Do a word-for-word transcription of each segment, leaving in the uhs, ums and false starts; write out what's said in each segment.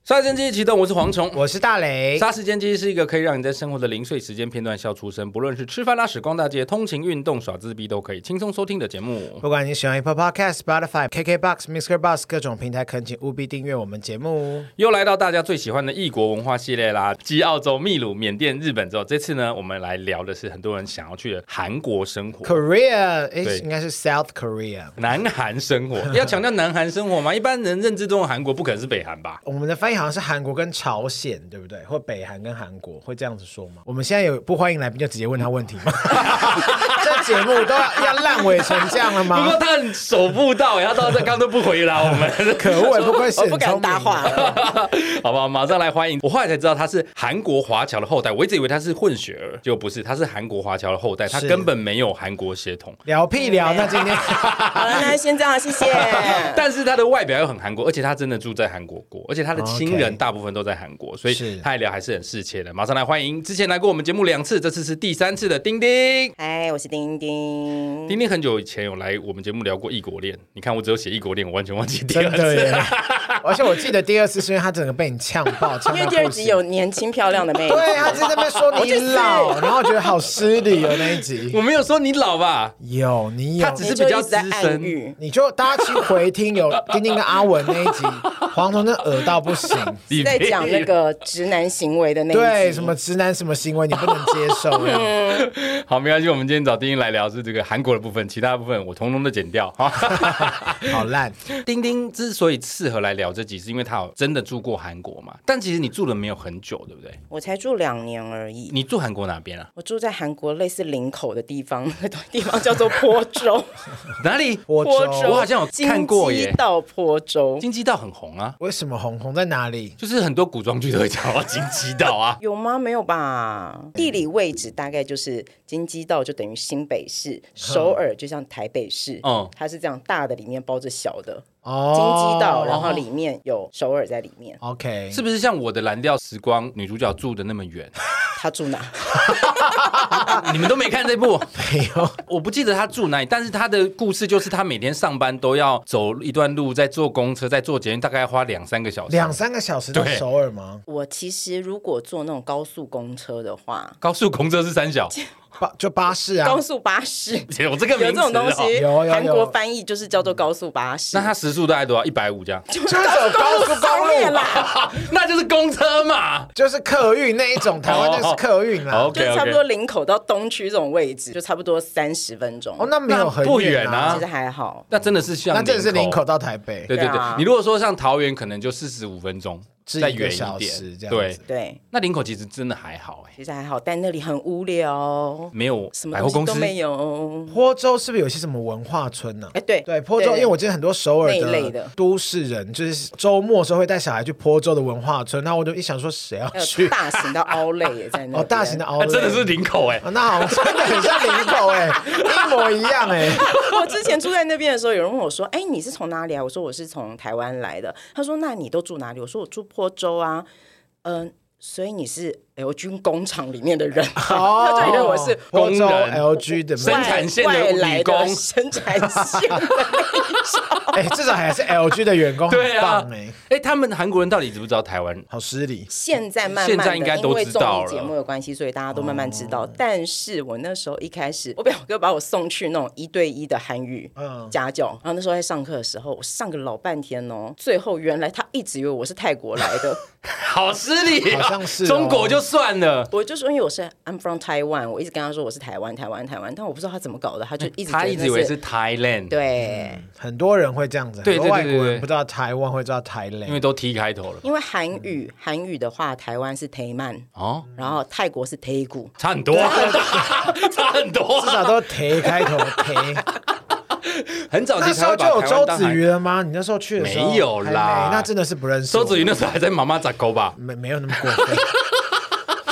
杀时间机启动，我是蝗虫， 我是大雷。 杀时间机是一个可以让你在生活的零碎时间片段笑出声，不论是吃饭拉屎逛大街、通勤运动耍自闭都可以轻松收听的节目。 不管你喜欢 Apple Podcast、Spotify、K K B O X、Mixer Box 各种平台，恳请务必订阅我们节目。 又来到大家最喜欢的异国文化系列啦，继澳洲、秘鲁、缅甸、日本之后，这次呢，我们来聊的是很多人想要去的韩国生活。 Korea， 哎，应该是 South Korea， 南韩生活。要强调南韩生活吗？一般人认知中的韩国不可能是北韩吧？ 我们的翻译好像是韩国跟朝鲜，对不对？或北韩跟韩国，会这样子说吗？我们现在有不欢迎来宾，就直接问他问题吗？这节目都要要烂尾成这样了吗？ 不过他很守妇道，他到这刚都不回答我们， 可恶，不愧是很聪明， 我不敢搭话了。 好不好？马上来欢迎。我后来才知道他是韩国华侨的后代，我一直以为他是混血儿，结果不是，他是韩国华侨的后代，他根本没有韩国血统。 聊屁聊，那今天好了，那先这样，谢谢。 但是他的外表又很韩国，而且他真的住在韩国过，而且他的亲人大部分都在韩国，所以他聊还是很适切的。马上来欢迎之前来过我们节目两次，这次是第三次的丁丁。 嗨，我是丁丁。 丁丁很久以前有来我们节目聊过异国恋，你看我只有写异国恋，我完全忘记第二次。 真的耶！而且我记得第二次是因为他整个被你呛爆， 因为第二集有年轻漂亮的妹妹， 对，他在那边说你老，然后我觉得好失礼哦那一集。 我没有说你老吧？ 有，你有， 他只是比较资深。 你就大家去回听有丁丁跟阿文那一集，黄铜真的恶到不行， 在讲那个直男行为的那一集， 对，什么直男什么行为你不能接受。 好，没关系，我们今天找丁丁来聊是这个韩国的部分，其他的部分我统统的剪掉。 好烂。 丁丁之所以适合来聊这集，是因为他有真的住过韩国嘛？但其实你住的没有很久，对不对？ 我才住两年而已。 你住韩国哪边啊？ 我住在韩国类似林口的地方，那个地方叫做坡州。 哪里？ 坡州， 我好像有看过耶。 京畿道坡州， 京畿道很红啊。 为什么红？红在哪里？ 就是很多古装剧都会讲到京畿道啊。 有吗？没有吧？地理位置大概就是京畿道就等于新北市，首尔就像台北市，嗯，它是这样大的里面包着小的。哦，京畿道，然后里面有首尔在里面。 OK， 是不是像我的蓝调时光女主角住的那么远？ 她住哪？ 你们都没看这部？ 没有， 我不记得她住哪里。但是她的故事就是她每天上班都要走一段路，再坐公车，再坐捷运，大概要花两三个小时。 两三个小时到首尔吗？ 我其实如果坐那种高速公车的话， 高速公车是三小。 巴就巴士啊， 高速巴士有这个名词、哦、 有这种东西， 有有有， 韩国翻译就是叫做高速巴士。 那它时速大概多少？一百五这样， 就是走高速公路啦， 那就是公车嘛， 就是客运那一种，台湾那是客运啦， 哦、 就是差不多林口到东区这种位置，就差不多三十分钟。 哦，那没有很远、啊、 不远啊， 其实还好。 那真的是像， 那真的是林口到台北， 对对对。 啊、 你如果说像桃园，可能就四十五分钟。再远一点， 对对， 那林口其实真的还好哎、欸， 其实还好，但那里很无聊， 没有什么东西都没有。 坡州是不是有些什么文化村呢、啊？ 哎，对对，坡州，因为我记得很多首尔的都市人，就是周末的时候会带小孩去坡州的文化村，那我就一想说，谁要去？ 大型的奥莱也在那， 哦，大型的奥莱、 啊、真的是林口哎、 欸哦，那好像真的很像林口哎、欸，一模一样哎、欸。 我之前住在那边的时候，有人问我说：“哎，你是从哪里啊？”我说：“我是从台湾来的。”他说：“那你都住哪里？”我说：“我住坡州啊。”嗯、呃，所以你是 L G 工厂里面的人， 哦、 他就以为我是坡州 L G 的生产线的女工， 生产线的哎、欸，至少还是 L G 的员工， 对啊， 哎、欸欸，他们韩国人到底知不知道台湾？ 好失礼。 现在慢慢的， 现在应该都知道了， 因为综艺节目的关系，所以大家都慢慢知道。哦、但是我那时候一开始，我表哥把我送去那种一对一的韩语家教，嗯、然后那时候在上课的时候，我上个老半天哦，最后原来他一直以为我是泰国来的， 好失礼、 哦，好像是、哦、 中国就算了。 我就说因为我是 I'm from Taiwan， 我一直跟他说我是台湾台湾台湾，但我不知道他怎么搞的，他就一直他一直以为是 Thailand， 对、 嗯，很多人会这样子， 对对对对， 外国人不知道台湾会知道 Thailand， 因为都 T 开头了。 因为韩语韩语的话，台湾是 Taiman 哦，然后泰国是 Taegu， 差很多、啊，差很多、啊， 至少都 T 开头 T。 很早期那时候就有周子瑜了吗？你那时候去的时候没有啦， 那真的是不认识。 周子瑜那时候还在妈妈杂沟吧？ 没没有那么过分。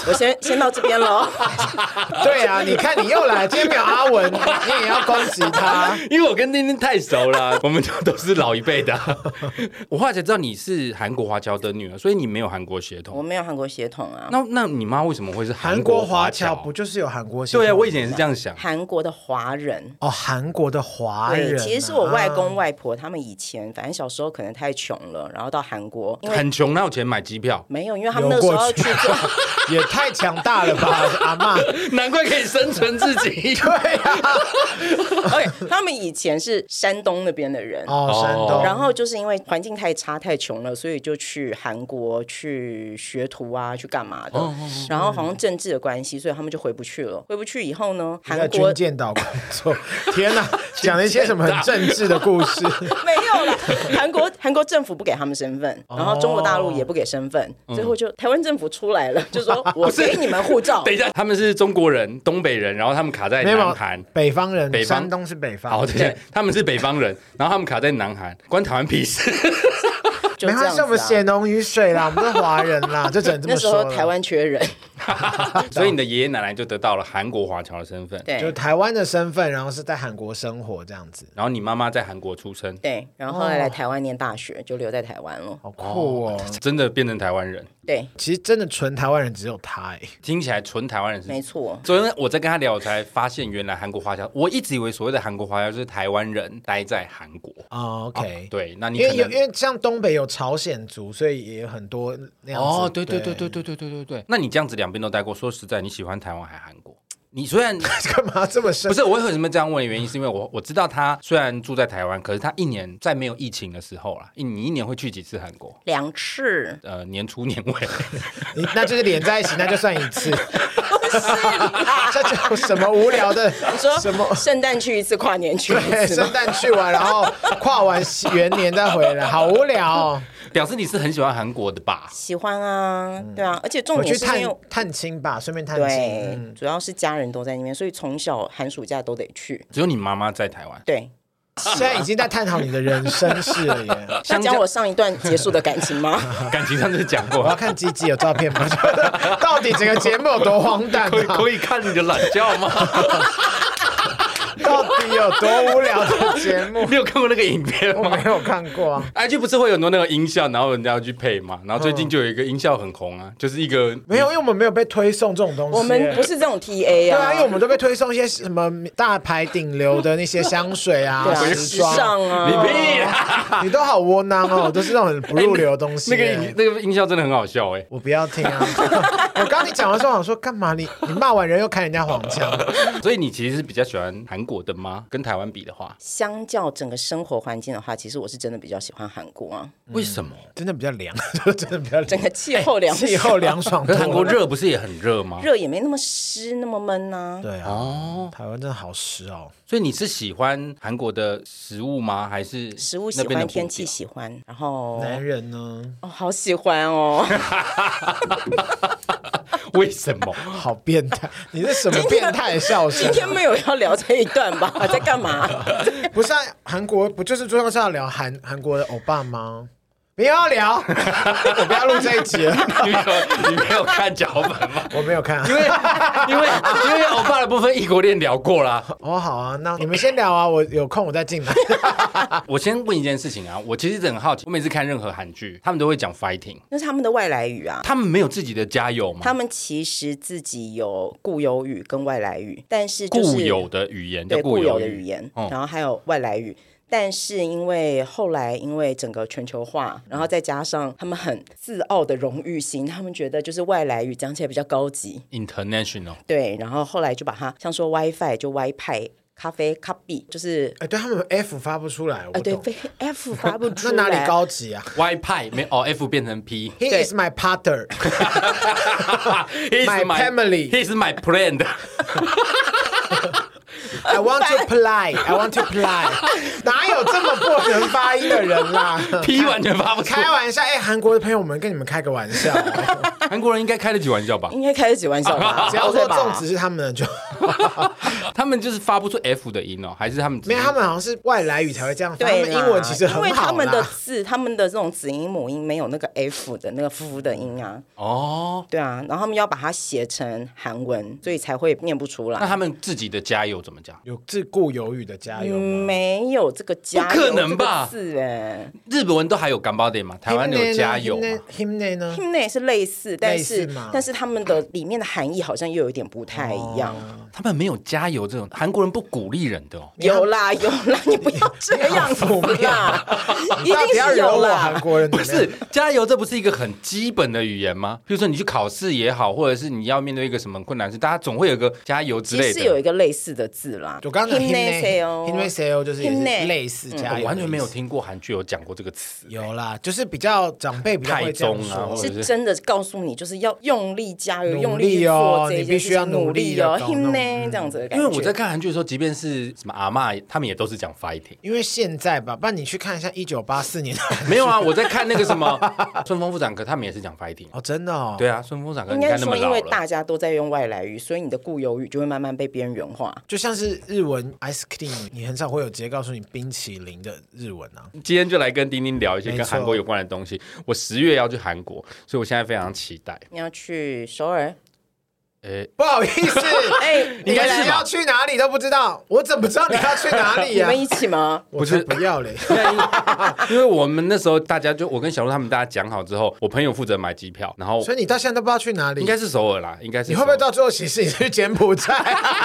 我先先到这边喽。 对啊，你看你又来，今天没有阿文，你也要攻击他， 因为我跟丁丁太熟了，我们就都是老一辈的。我后来才知道你是韩国华侨的女儿，所以你没有韩国血统。 我没有韩国血统啊。 那那你妈为什么会是韩国华侨？ 不就是有韩国血统？ 对啊，我以前也是这样想。 韩国的华人哦，韩国的华人、啊。 对，其实是我外公外婆他们以前，反正小时候可能太穷了，然后到韩国，因为很穷，哪有钱买机票？ 没有，因为他们那时候要去做， 也太强大了吧，阿嬷， 难怪可以生存自己。 对啊 ，OK， 他们以前是山东那边的人哦，山东， 然后就是因为环境太差太穷了，所以就去韩国去学徒啊，去干嘛的？哦哦哦，然后好像政治的关系，所以他们就回不去了。回不去以后呢，韩国军舰岛工作，天哪，讲了一些什么很政治的故事？ 没有啦，韩国韩国政府不给他们身份，然后中国大陆也不给身份，哦，最后就台湾政府出来了，就说我给你们护照。 等一下，他们是中国人，东北人，然后他们卡在南韩， 北方人， 北方山东是北方。 好，对，他们是北方人，然后他们卡在南韩，关台湾屁事。 没关系，我们血浓于水啦，我们是华人啦，就只能这么说。 那时候台湾缺人， 所以你的爷爷奶奶就得到了韩国华侨的身份， 对， 就台湾的身份，然后是在韩国生活这样子。 然后你妈妈在韩国出生， 对，然后后来来台湾念大学，就留在台湾了。 好酷哦， 真的变成台湾人。 对， 其实真的纯台湾人只有他哎， 听起来纯台湾人是没错。 昨天我在跟他聊，我才发现原来韩国华侨，我一直以为所谓的韩国华侨就是台湾人待在韩国。 哦 OK， 对，那你因为有因为像东北有朝鲜族，所以也有很多那样子。 哦，对对对对对对对对对。那你这样子两边都待过，说实在，你喜欢台湾还韩国？你虽然干嘛这么深？ 不是，我为什么这样问的原因，是因为我我知道他虽然住在台湾，可是他一年在没有疫情的时候啦，你一年会去几次韩国？ 两次。 呃，年初年尾， 你那就是连在一起，那就算一次。这就什么无聊的？ 你说什么？圣诞去一次，跨年去一次。 对，圣诞去完，然后跨完元年再回来，好无聊哦。 表示你是很喜欢韩国的吧？ 喜欢啊，对啊，而且重点是因为我去探探亲吧，顺便探亲。 对，嗯，主要是家人都在那边，所以从小寒暑假都得去。 只有你妈妈在台湾。 对。 现在已经在探讨你的人生事了耶。 想讲我上一段结束的感情吗？ 感情上次讲过。 我要看鸡鸡有照片吗？到底整个节目有多荒诞，啊？ 可以可以看你的懒觉吗？ 到底有多无聊的节目？ 你有看过那个影片吗？ 我没有看过啊。 I G 不是会有很多那个音效，然后人家要去配嘛？然后最近就有一个音效很红啊，就是一个没有，因为我们没有被推送这种东西。 我们不是这种 T A 啊。 对啊，因为我们都被推送一些什么大牌顶流的那些香水啊、 啊时尚啊。 你屁啦！ 你都好窝囊哦，都是那种很不入流的东西。 那个那个音效真的很好笑哎， 我不要听啊！我刚你讲的时候，我想说干嘛？你你骂完人又开人家黄腔， 所以你其实是比较喜欢韩国的吗？跟台湾比的话， 相较整个生活环境的话，其实我是真的比较喜欢韩国啊。 为什么？ 真的比较凉，真的比较凉， 整个气候凉， 气候凉爽。 可是韩国热不是也很热吗？ 热也没那么湿，那么闷啊。 对啊，哦，台湾真的好湿哦。 所以你是喜欢韩国的食物吗？还是食物喜欢，天气喜欢，然后男人呢？ 哦，好喜欢哦。 为什么？ 好变态！你是什么变态的笑声？ 今天没有要聊这一段吧？在干嘛？ 不是啊，韩国不就是主要是要聊韩韩国的欧巴吗？不要聊，我不要录这一集了。 你没有，你没有看脚本吗？ 我没有看， 因为因为因为欧巴的部分异国恋聊过啦。 哦，好啊，那你们先聊啊，我有空我再进来。 我先问一件事情啊，我其实很好奇，我每次看任何韩剧，他们都会讲 fighting， 那是他们的外来语啊。 他们没有自己的加油吗？ 他们其实自己有固有语跟外来语，但是就是固有的语言叫对固有的语言， 嗯、 然后还有外来语。但是因为后来因为整个全球化，然后再加上他们很自傲的荣誉心，他们觉得就是外来语讲起来比较高级 ，international。 对，然后后来就把它像说 WiFi 就 WiFi。咖啡咖比就是哎，对他们 F 发不出来， 哎，对 F 发不出来， 那哪里高级啊 ？WiFi 没哦 ，F 变成 P。 He is my partner. My family. He is my friend. I want to play. I want to play. 哪有这么不能发音的人啦 ？P 完全发不出。 开玩笑，哎，韩国的朋友们跟你们开个玩笑。 韩国人应该开得起玩笑吧？ 应该开得起玩笑吧？ 只要说粽子是他们的就他们就是发不出 F 的音哦，还是他们没有？他们好像是外来语才会这样发，他对们英文其实很好啦， 因为他们的字，他们的这种子音母音没有那个 F 的那个夫的音啊。 哦， 对啊，然后他们要把它写成韩文，所以才会念不出来。 那他们自己的加油怎么讲？ 有自固有语的加油吗？ 嗯、没有这个加油， 不可能吧？ 是哎， 日本文都还有干巴点嘛，台湾有加油嘛 ？himne 呢 ？himne 是类似，但是类似但是他们的里面的含义好像又有一点不太一样。 哦、 他们没有加油这种，韩国人不鼓励人的哦。 有啦有啦，你不要这样子啦，一定是有啦。 韩国人不是加油，这不是一个很基本的语言吗？比如说你去考试也好，或者是你要面对一个什么困难事，大家总会有个加油之类的。 其实有一个类似的字啦， 我刚刚讲 himne 就是类似加油， 我完全没有听过韩剧有讲过这个词。 有啦，就是比较长辈比较会这样说， 是真的告诉你就是要用力加油，用力哦， 你必须要努力哦 himne 这样子的感觉。 因为我在看韩剧的时候，即便是什么阿嬷，他们也都是讲 fighting。 因为现在吧，不然你去看一下一九八四年的没有啊，我在看那个什么顺风妇产科，他们也是讲 fighting。 哦，真的哦。 对啊，顺风妇产科应该说因为大家都在用外来语，所以你的固有语就会慢慢被边缘化。 就像是日文 ice cream， 你很少会有直接告诉你冰淇淋的日文啊。 今天就来跟丁丁聊一些跟韩国有关的东西。我十月要去韩国，所以我现在非常期待。 你要去首尔？ 欸、不好意思， 哎、 欸，你们要去哪里都不知道，我怎么知道你要去哪里呀、 啊？你们一起吗？ 我才不要嘞！ 因为我们那时候大家就我跟小鹿他们大家讲好之后，我朋友负责买机票，然后所以你到现在都不知道去哪里， 应该是首尔啦，应该是。 你会不会到最后其实你去柬埔寨？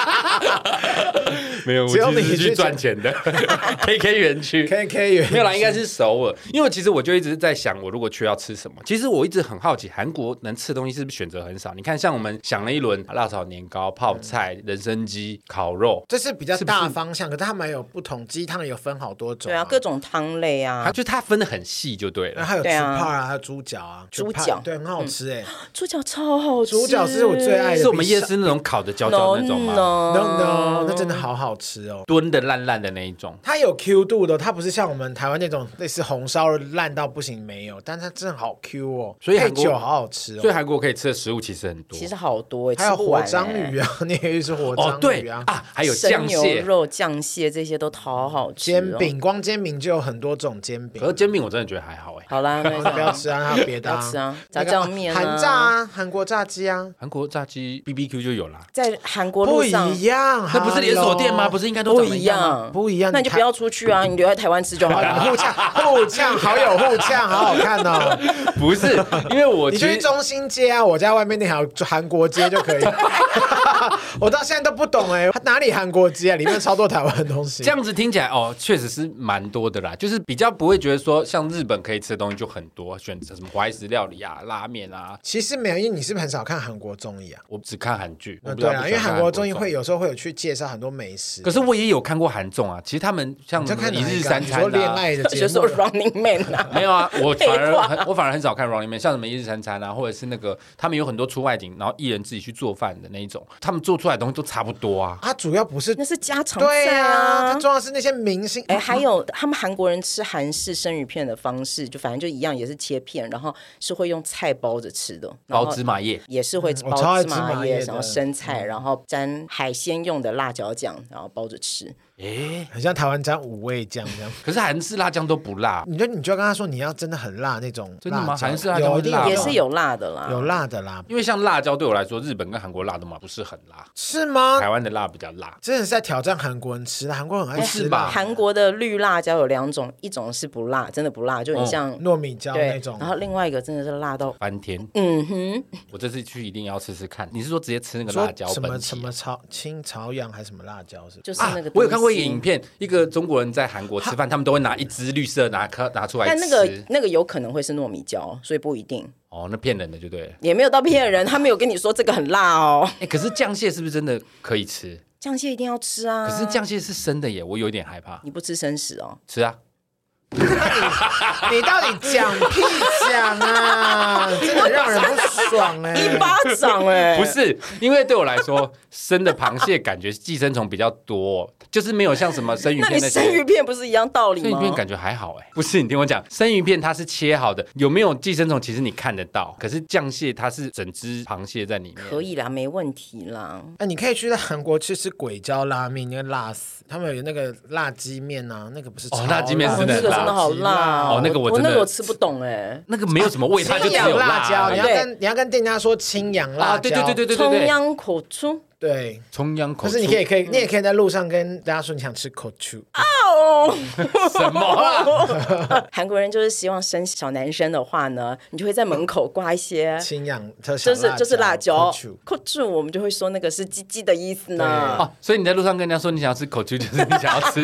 没有，我其实是去赚钱的。K K 园区 ，K K 园区没有啦，应该是首尔。因为其实我就一直在想，我如果去要吃什么。其实我一直很好奇，韩国能吃的东西是不是选择很少？你看，像我们想了一轮辣炒年糕、泡菜、人参鸡、烤肉， 这是比较大方向。是是可是他们有不同鸡汤，有分好多种、啊。 对啊，各种汤类啊， 它就它分得很细就对了。 还有猪帕啊，还有猪脚啊， 猪脚对，很好吃哎、欸， 猪脚超好吃， 猪脚是我最爱的， 是我们夜市那种烤的焦焦那种吗 ？No no no， 那真的好好吃哦， 炖的烂烂的那一种。 它有 Q 度的，它不是像我们台湾那种类似红烧烂到不行没有，但它真的好 Q 哦， 所以韩国酒好好吃哦。 所以韩国可以吃的食物其实很多， 其实好多哎、 欸，还有火章鱼啊，你也可以吃火章鱼啊， 哦对啊，还有酱蟹、 牛肉、酱蟹这些都好好吃、 哦。煎饼，光煎饼就有很多种煎饼。 可是煎饼我真的觉得还好哎。 好啦， 那不要吃啊，还有别的、啊， 不要吃啊，炸酱面、啊、 韩炸啊，韩国炸鸡啊， 韩国炸鸡 B B Q 就有啦。 在韩国路上不一样， 那不是连锁店吗？不是应该都长一样？ 不一样， 那你就不要出去啊，你留在台湾吃就好了。 互呛，互呛，好有互呛，好好看哦。 不是，因为我你去中心街啊，我家外面那条韩国街就可以。我到现在都不懂哎、欸，哪里韩国街啊？里面超多台湾的东西。 这样子听起来哦，确实是蛮多的啦，就是比较不会觉得说像日本可以吃的东西就很多，选择什么怀石料理啊、拉面啊。 其实没有，因为你是不是很少看韩国综艺啊？ 我只看韩剧。 嗯，对啊，因为韩国综艺会有时候会有去介绍很多美食。 可是我也有看过韩综啊，其实他们像一日三餐啊， 说恋爱的节目， 就说 Running Man 啊， 没有啊，我反而我反而很少看 Running Man， 像什么一日三餐啊，或者是那个他们有很多出外景，然后艺人自己去做饭的那一种，他们做出来的东西都差不多啊。 啊，主要不是那是家常菜对啊，它重要是那些明星。 哎，还有他们韩国人吃韩式生鱼片的方式，就反正就一样，也是切片，然后是会用菜包着吃的， 包芝麻叶也是会包芝麻叶，然后生菜，然后沾海鲜用的辣椒酱，然后包着吃。 哎，很像台湾沾五味酱这样。 可是韩式辣酱都不辣， 你就你就要跟他说你要真的很辣那种。 真的吗？韩式辣酱会辣， 也是有辣的啦， 有辣的啦。 因为像辣椒对我来说，日本跟韩国辣的嘛不是很辣， 是吗？ 台湾的辣比较辣， 真的是在挑战韩国人吃的。韩国人很爱吃吧？ 韩国的绿辣椒有两种，一种是不辣，真的不辣，就很像糯米椒那种。 然后另外一个真的是辣到翻天。 嗯哼， 我这次去一定要吃吃看。你是说直接吃那个辣椒什么本体？ 什么朝青朝阳还是什么辣椒？是就是那个、 啊。我有看过一个影片，一个中国人在韩国吃饭，他们都会拿一支绿色拿拿出来吃。 但那个那个有可能会是糯米椒，所以不一定。 哦，那骗人的就对了。 也没有到骗人，他没有跟你说这个很辣哦。 哎，可是酱蟹是不是真的可以吃？ 酱蟹一定要吃啊！ 可是酱蟹是生的耶，我有点害怕。 你不吃生食哦？ 吃啊。 你你到底讲屁讲啊？真的让人不爽哎、欸！ 一巴掌哎、 欸！不是，因为对我来说，生的螃蟹感觉寄生虫比较多，就是没有像什么生鱼片那些。 那你生鱼片不是一样道理吗？ 生鱼片感觉还好哎、欸，不是你听我讲，生鱼片它是切好的，有没有寄生虫其实你看得到，可是酱蟹它是整只螃蟹在里面。 可以啦，没问题啦。 哎、啊，你可以去在韩国吃吃鬼椒拉面，那个辣死。他们有那个辣鸡面啊，那个不是哦，辣鸡面是那个真的好辣哦，那个我真的我那个我吃不懂哎、欸， 那个没有什么味，它就只有辣椒。 辣你要跟你要跟店家说清扬辣椒， 啊、对对对对对对， 葱央口出。 对， 葱央口出。 可是你可以可以，你也可以在路上跟大家说你想吃口出。 哦， 什么啊？ 韩国人就是希望生小男生的话呢，你就会在门口挂一些清扬， 就是就是辣椒。 口出我们就会说那个是鸡鸡的意思呢。 哦，所以你在路上跟人家说你想要吃口出，就是你想要吃。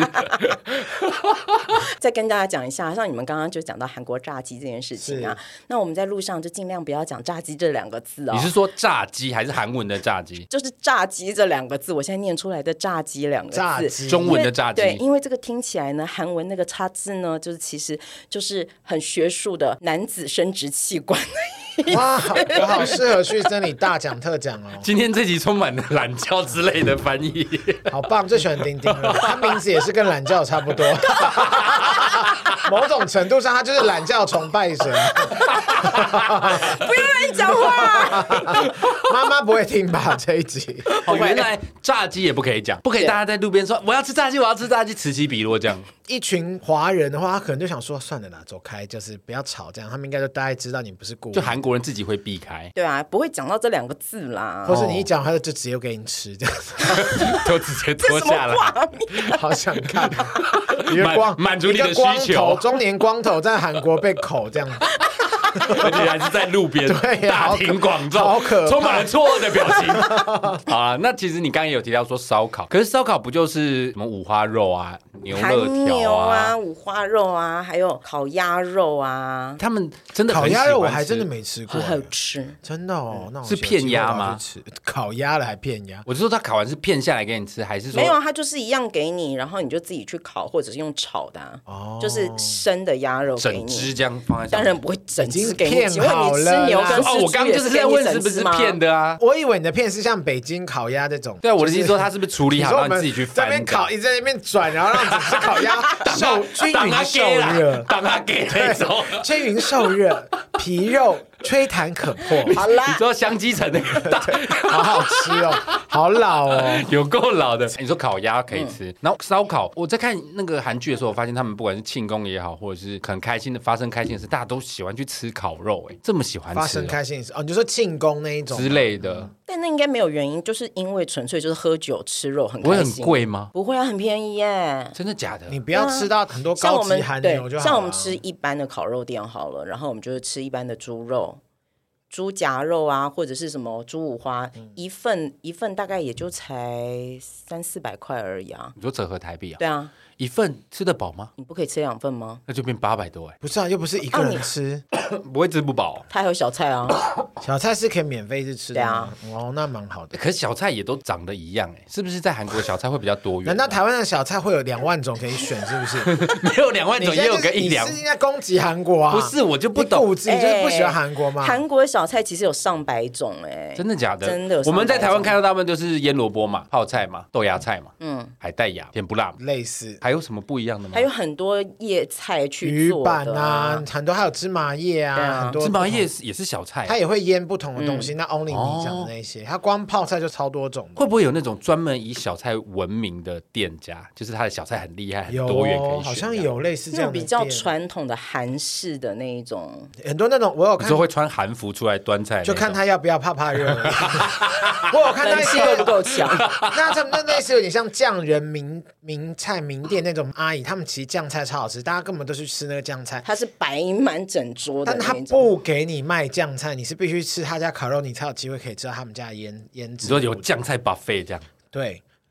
再跟大家讲一下，像你们刚刚就讲到韩国炸鸡这件事情啊，那我们在路上就尽量不要讲炸鸡这两个字哦。 你是说炸鸡还是韩文的炸鸡？ 就是炸鸡这两个字，我现在念出来的炸鸡两个字， 中文的炸鸡。 对，因为这个听起来呢，韩文那个叉字呢，就是其实就是很学术的男子生殖器官。 哇，我好适合去真理大讲特讲哦！ 今天这集充满了懒觉之类的翻译， 好棒！最喜欢丁丁了，他名字也是跟懒觉差不多，某种程度上他就是懒觉崇拜者。 不要乱讲话， 妈妈不会听吧这一集？ 哦，原来炸鸡也不可以讲，不可以大家在路边说我要吃炸鸡，我要吃炸鸡，此起彼落这样。 一群华人的话，他可能就想说算了啦，走开，就是不要吵这样。他们应该就大概知道你不是故意。 就韩国人自己会避开， 对啊，不会讲到这两个字啦。 或是你一讲，他就直接给你吃这样子， 都直接脱下来。 好想看，一个光满足你的需求，中年光头在韩国被口这样。 而且还是在路边， 对、 啊，大庭广众， 好可怕， 充满了错愕的表情。好啊，那其实你刚刚也有提到说烧烤，可是烧烤不就是什么五花肉啊、牛肋条啊、五花肉啊，还有烤鸭肉啊？ 他们真的烤鸭肉我还真的没吃过， 好吃， 真的哦。那是片鸭吗？ 烤鸭了还片鸭？ 我就说他烤完是片下来给你吃，还是说没有？他就是一样给你，然后你就自己去烤，或者是用炒的、啊，哦，就是生的鸭肉给你， 整只这样放在上面， 当然不会整只。 片好了哦，我刚刚就是在问是不是片的啊？ 我以为你的片是像北京烤鸭这种。 对，我的意思说他是不是处理好，让你自己去翻？ 在那边烤，你在那边转，然后让整只烤鸭受均匀受热， 当他给那种均匀受热，皮肉吹弹可破。 好啦， 你知道香鸡城那个， 好好吃哦，好老哦， 有够老的。你说烤鸭可以吃，然后烧烤，我在看那个韩剧的时候，我发现他们不管是庆功也好，或者是很开心的发生开心的事，大家都喜欢去吃烤肉。哎，这么喜欢吃、哦、 发生开心的事哦，你就说庆功那一种之类的、嗯， 但那应该没有原因，就是因为纯粹就是喝酒吃肉很开心。 不会很贵吗？ 不会啊，很便宜耶。 真的假的？ 你不要吃到很多高级韩牛就好了。 像我们吃一般的烤肉店好了，然后我们就是吃一般的猪肉。猪夹肉啊，或者是什么猪五花，嗯、一份一份大概也就才三四百块而已啊。 你说折合台币啊？ 对啊， 一份吃得饱吗？ 你不可以吃两份吗？ 那就变八百多哎、欸。 不是啊，又不是一个人吃， 啊、不会吃不饱。 它还有小菜啊， 小菜是可以免费去吃的。 对啊， 哦，那蛮好的。 可是小菜也都长得一样哎、欸，是不是在韩国小菜会比较多元？ 难道台湾的小菜会有两万种可以选？是不是？ 没有两万种，也有个一两。 你是应该攻击韩国啊？ 不是，我就不懂， 你就是不喜欢韩国吗？ 韩、欸、国的小菜其实有上百种哎、欸， 真的假的？ 真的， 我们在台湾看到大部分就是腌萝卜嘛、泡菜嘛、豆芽菜嘛，嗯，海带芽、甜不辣， 类似。 还有什么不一样的吗？ 还有很多叶菜去做的、啊、鱼板啊，很多还有芝麻叶啊，啊很多芝麻叶也是小菜、啊， 它也会腌不同的东西。嗯、那 only 你讲的那些，它、哦、光泡菜就超多种。 会不会有那种专门以小菜闻名的店家，就是他的小菜很厉害、很多元可以选？ 好像有类似这样的比较传统的韩式的那一种， 很多那种我有看， 有时候会穿韩服出来端菜， 就看他要不要怕怕热。我有看到一些够不够强。 那他们那类似有点像匠人名名菜名店那种阿姨，他们其实酱菜超好吃，大家根本都去吃那个酱菜， 它是摆满整桌的， 但他不给你卖酱菜，你是必须吃他家烤肉，你才有机会可以知道他们家的腌腌制。 你说有酱菜 buffet 这样？ 对。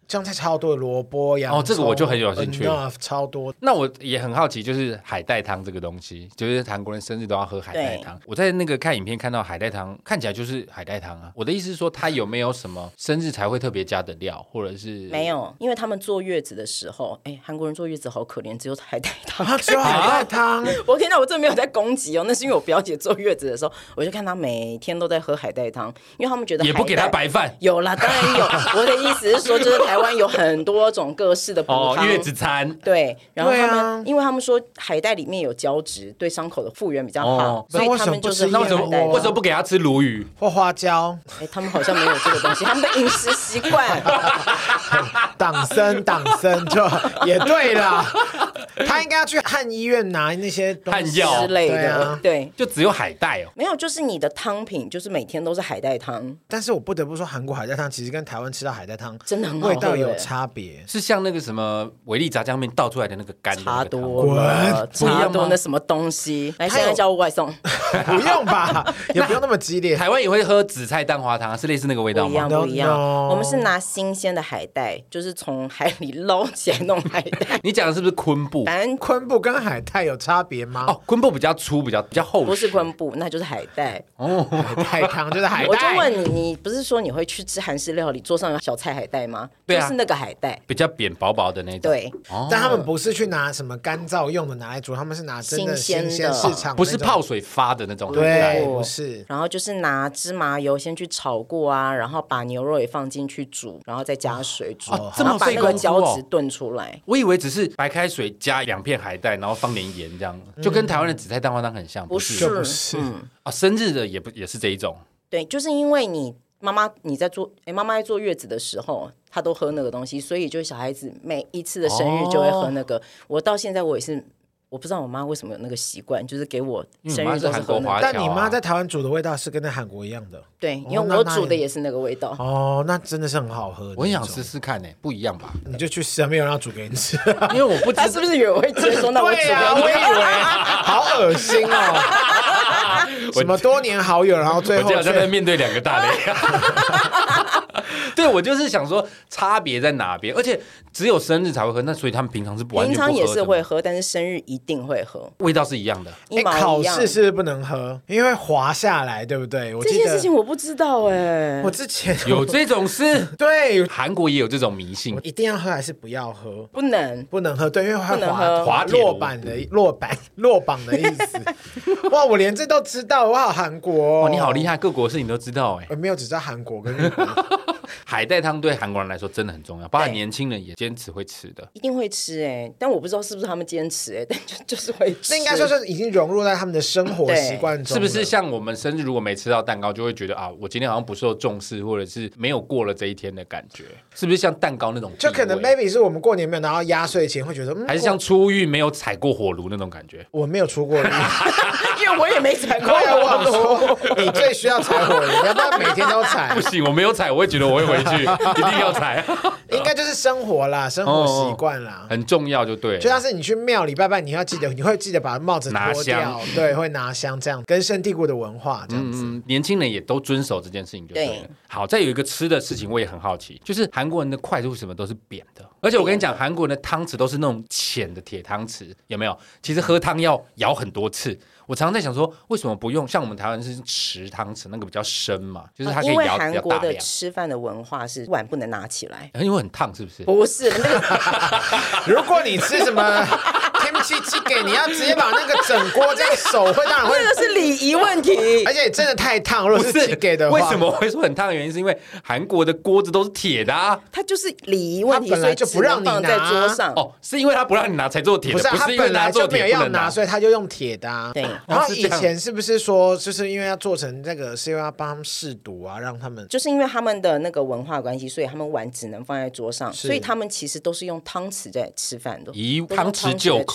酱菜超多，萝卜洋葱。 哦，这个我就很有兴趣。 enough 超多。 那我也很好奇，就是海带汤这个东西，就是韩国人生日都要喝海带汤。我在那个看影片看到海带汤，看起来就是海带汤啊。我的意思是说，它有没有什么生日才会特别加的料，或者是没有？因为他们坐月子的时候，哎，韩国人坐月子好可怜，只有海带汤。 啊，只有海带汤。我天哪，我真没有在攻击哦，那是因为我表姐坐月子的时候，我就看她每天都在喝海带汤，因为他们觉得也不给她白饭。 有啦，当然有。我的意思是说，就是台湾有很多种各式的补汤， 哦，月子餐。 对，然后他们、啊、因为他们说海带里面有胶质，对伤口的复原比较好，哦、所以他们就是那为什么为什么不给他吃鲈鱼或花椒？ 哎，他们好像没有这个东西，他们的饮食习惯。 党参党参就也对啦，他应该要去汉医院拿那些汉药之类的，对、啊、对， 就只有海带哦， 没有，就是你的汤品就是每天都是海带汤。 但是我不得不说，韩国海带汤其实跟台湾吃到海带汤真的很好喝，味道有差别， 是像那个什么维力炸酱面倒出来的那个干的那个汤， 差多了，差多那什么东西？来，现在叫我外送， 不用吧，也不用那么激烈。 台湾也会喝紫菜蛋花汤，是类似那个味道吗？ 不一样，不一样。No, no. 我们是拿新鲜的海带，就是从海里捞起来那种海带。 你讲的是不是昆布？ 反正昆布跟海带有差别吗？ 哦，昆布比较粗，比较比较厚实。 不是昆布，那就是海带。 哦，海带汤就是海带。 我就问你，你不是说你会去吃韩式料理，桌上有小菜海带吗？对啊，就是那个海带， 比较扁薄薄的那种。 对， 哦、但他们不是去拿什么干燥用的拿来煮，他们是拿真的新鲜市场， 不是泡水发的那种。 对，不是。 然后就是拿芝麻油先去炒过啊，然后把牛肉也放进去煮，然后再加水煮， 哦、然后把那个胶质炖出来。 我以为只是白开水加两片海带，然后放点盐这样，嗯、就跟台湾的紫菜蛋花汤很像。 不是， 不是。嗯啊，生日的也不也是这一种。 对，就是因为你妈妈你在做，哎，妈妈在坐月子的时候，她都喝那个东西，所以就小孩子每一次的生日就会喝那个。哦、我到现在我也是。我不知道我妈为什么有那个习惯，就是给我生日都是喝那个。 但你妈在台湾煮的味道是跟在韩国一样的。 对，因为我煮的也是那个味道。 哦，那真的是很好喝。 我很想试试看呢，不一样吧？ 你就去试，没有人要煮给你吃。 因为我不知道他是不是以为我会接受，那我煮给你。 我以为好恶心哦。什么多年好友，然后最后我就在面对两个大雷。对，我就是想说差别在哪边，而且只有生日才会喝，那所以他们平常是完全不喝的。 平常也是会喝，但是生日一定会喝， 味道是一样的。 哎、欸，考试是不是不能喝？因为会滑下来，对不对？我这件事情我不知道哎、欸， 我之前有这种事。 对， 韩国也有这种迷信， 一定要喝还是不要喝？ 不能， 不能喝，对，因为会滑滑落板的落板落榜的意思。哇，我连这都知道，我好韩国、哦， 哦，你好厉害，各国事情都知道哎。 我没有只知道韩国跟日本。 海带汤对韩国人来说真的很重要，包括年轻人也坚持会吃的， 一定会吃哎、欸，但我不知道是不是他们坚持哎、欸，但就就是会吃。 那应该说是已经融入在他们的生活习惯中， 是不是？像我们生日如果没吃到蛋糕，就会觉得啊，我今天好像不受重视，或者是没有过了这一天的感觉，是不是？像蛋糕那种， 就可能 maybe 是我们过年没有拿到压岁钱，会觉得、嗯、 还是像出狱没有踩过火炉那种感觉。 我没有出过狱， 因为我也没踩过。 我忘说，你最需要踩火炉，要不然每天都踩。 不行，我没有踩，我会觉得我会回去，一定要踩。 应该就是生活啦，生活习惯啦、哦， 很重要，就对了。 就像是你去庙里拜拜，你要记得，你会记得把帽子脱掉，对，会拿香，这样根深蒂固的文化，这样子、嗯。 年轻人也都遵守这件事情就对了。对，好，再有一个吃的事情，我也很好奇，就是韩国人的筷子为什么都是扁的？而且我跟你讲，韩国人的汤匙都是那种浅的铁汤匙，有没有？其实喝汤要舀很多次。我常常在想说，为什么不用像我们台湾是匙汤匙，那个比较深嘛，就是它可以舀比较大量。 因为韩国的吃饭的文化是碗不能拿起来， 因为很烫，是不是？ 不是，那个如果你吃什么kimchi jjigae，你要直接把那个整锅这样手会当然会， 这个是礼仪问题， 而且真的太烫。如果是 jjigae 的话， 为什么会说很烫的原因，是因为韩国的锅子都是铁的啊， 它就是礼仪问题， 本来就不让你拿放在桌上。 哦，是因为他不让你拿才做铁的， 不是、啊、 不是因为他做铁不能拿， 他本来就没有要拿，所以他就用铁的啊。 对。 然后以前是不是说，就是因为要做成这个，是因为要帮他们试毒啊，让他们就是因为他们的那个文化关系，所以他们碗只能放在桌上，所以他们其实都是用汤匙在吃饭的， 以汤匙就口。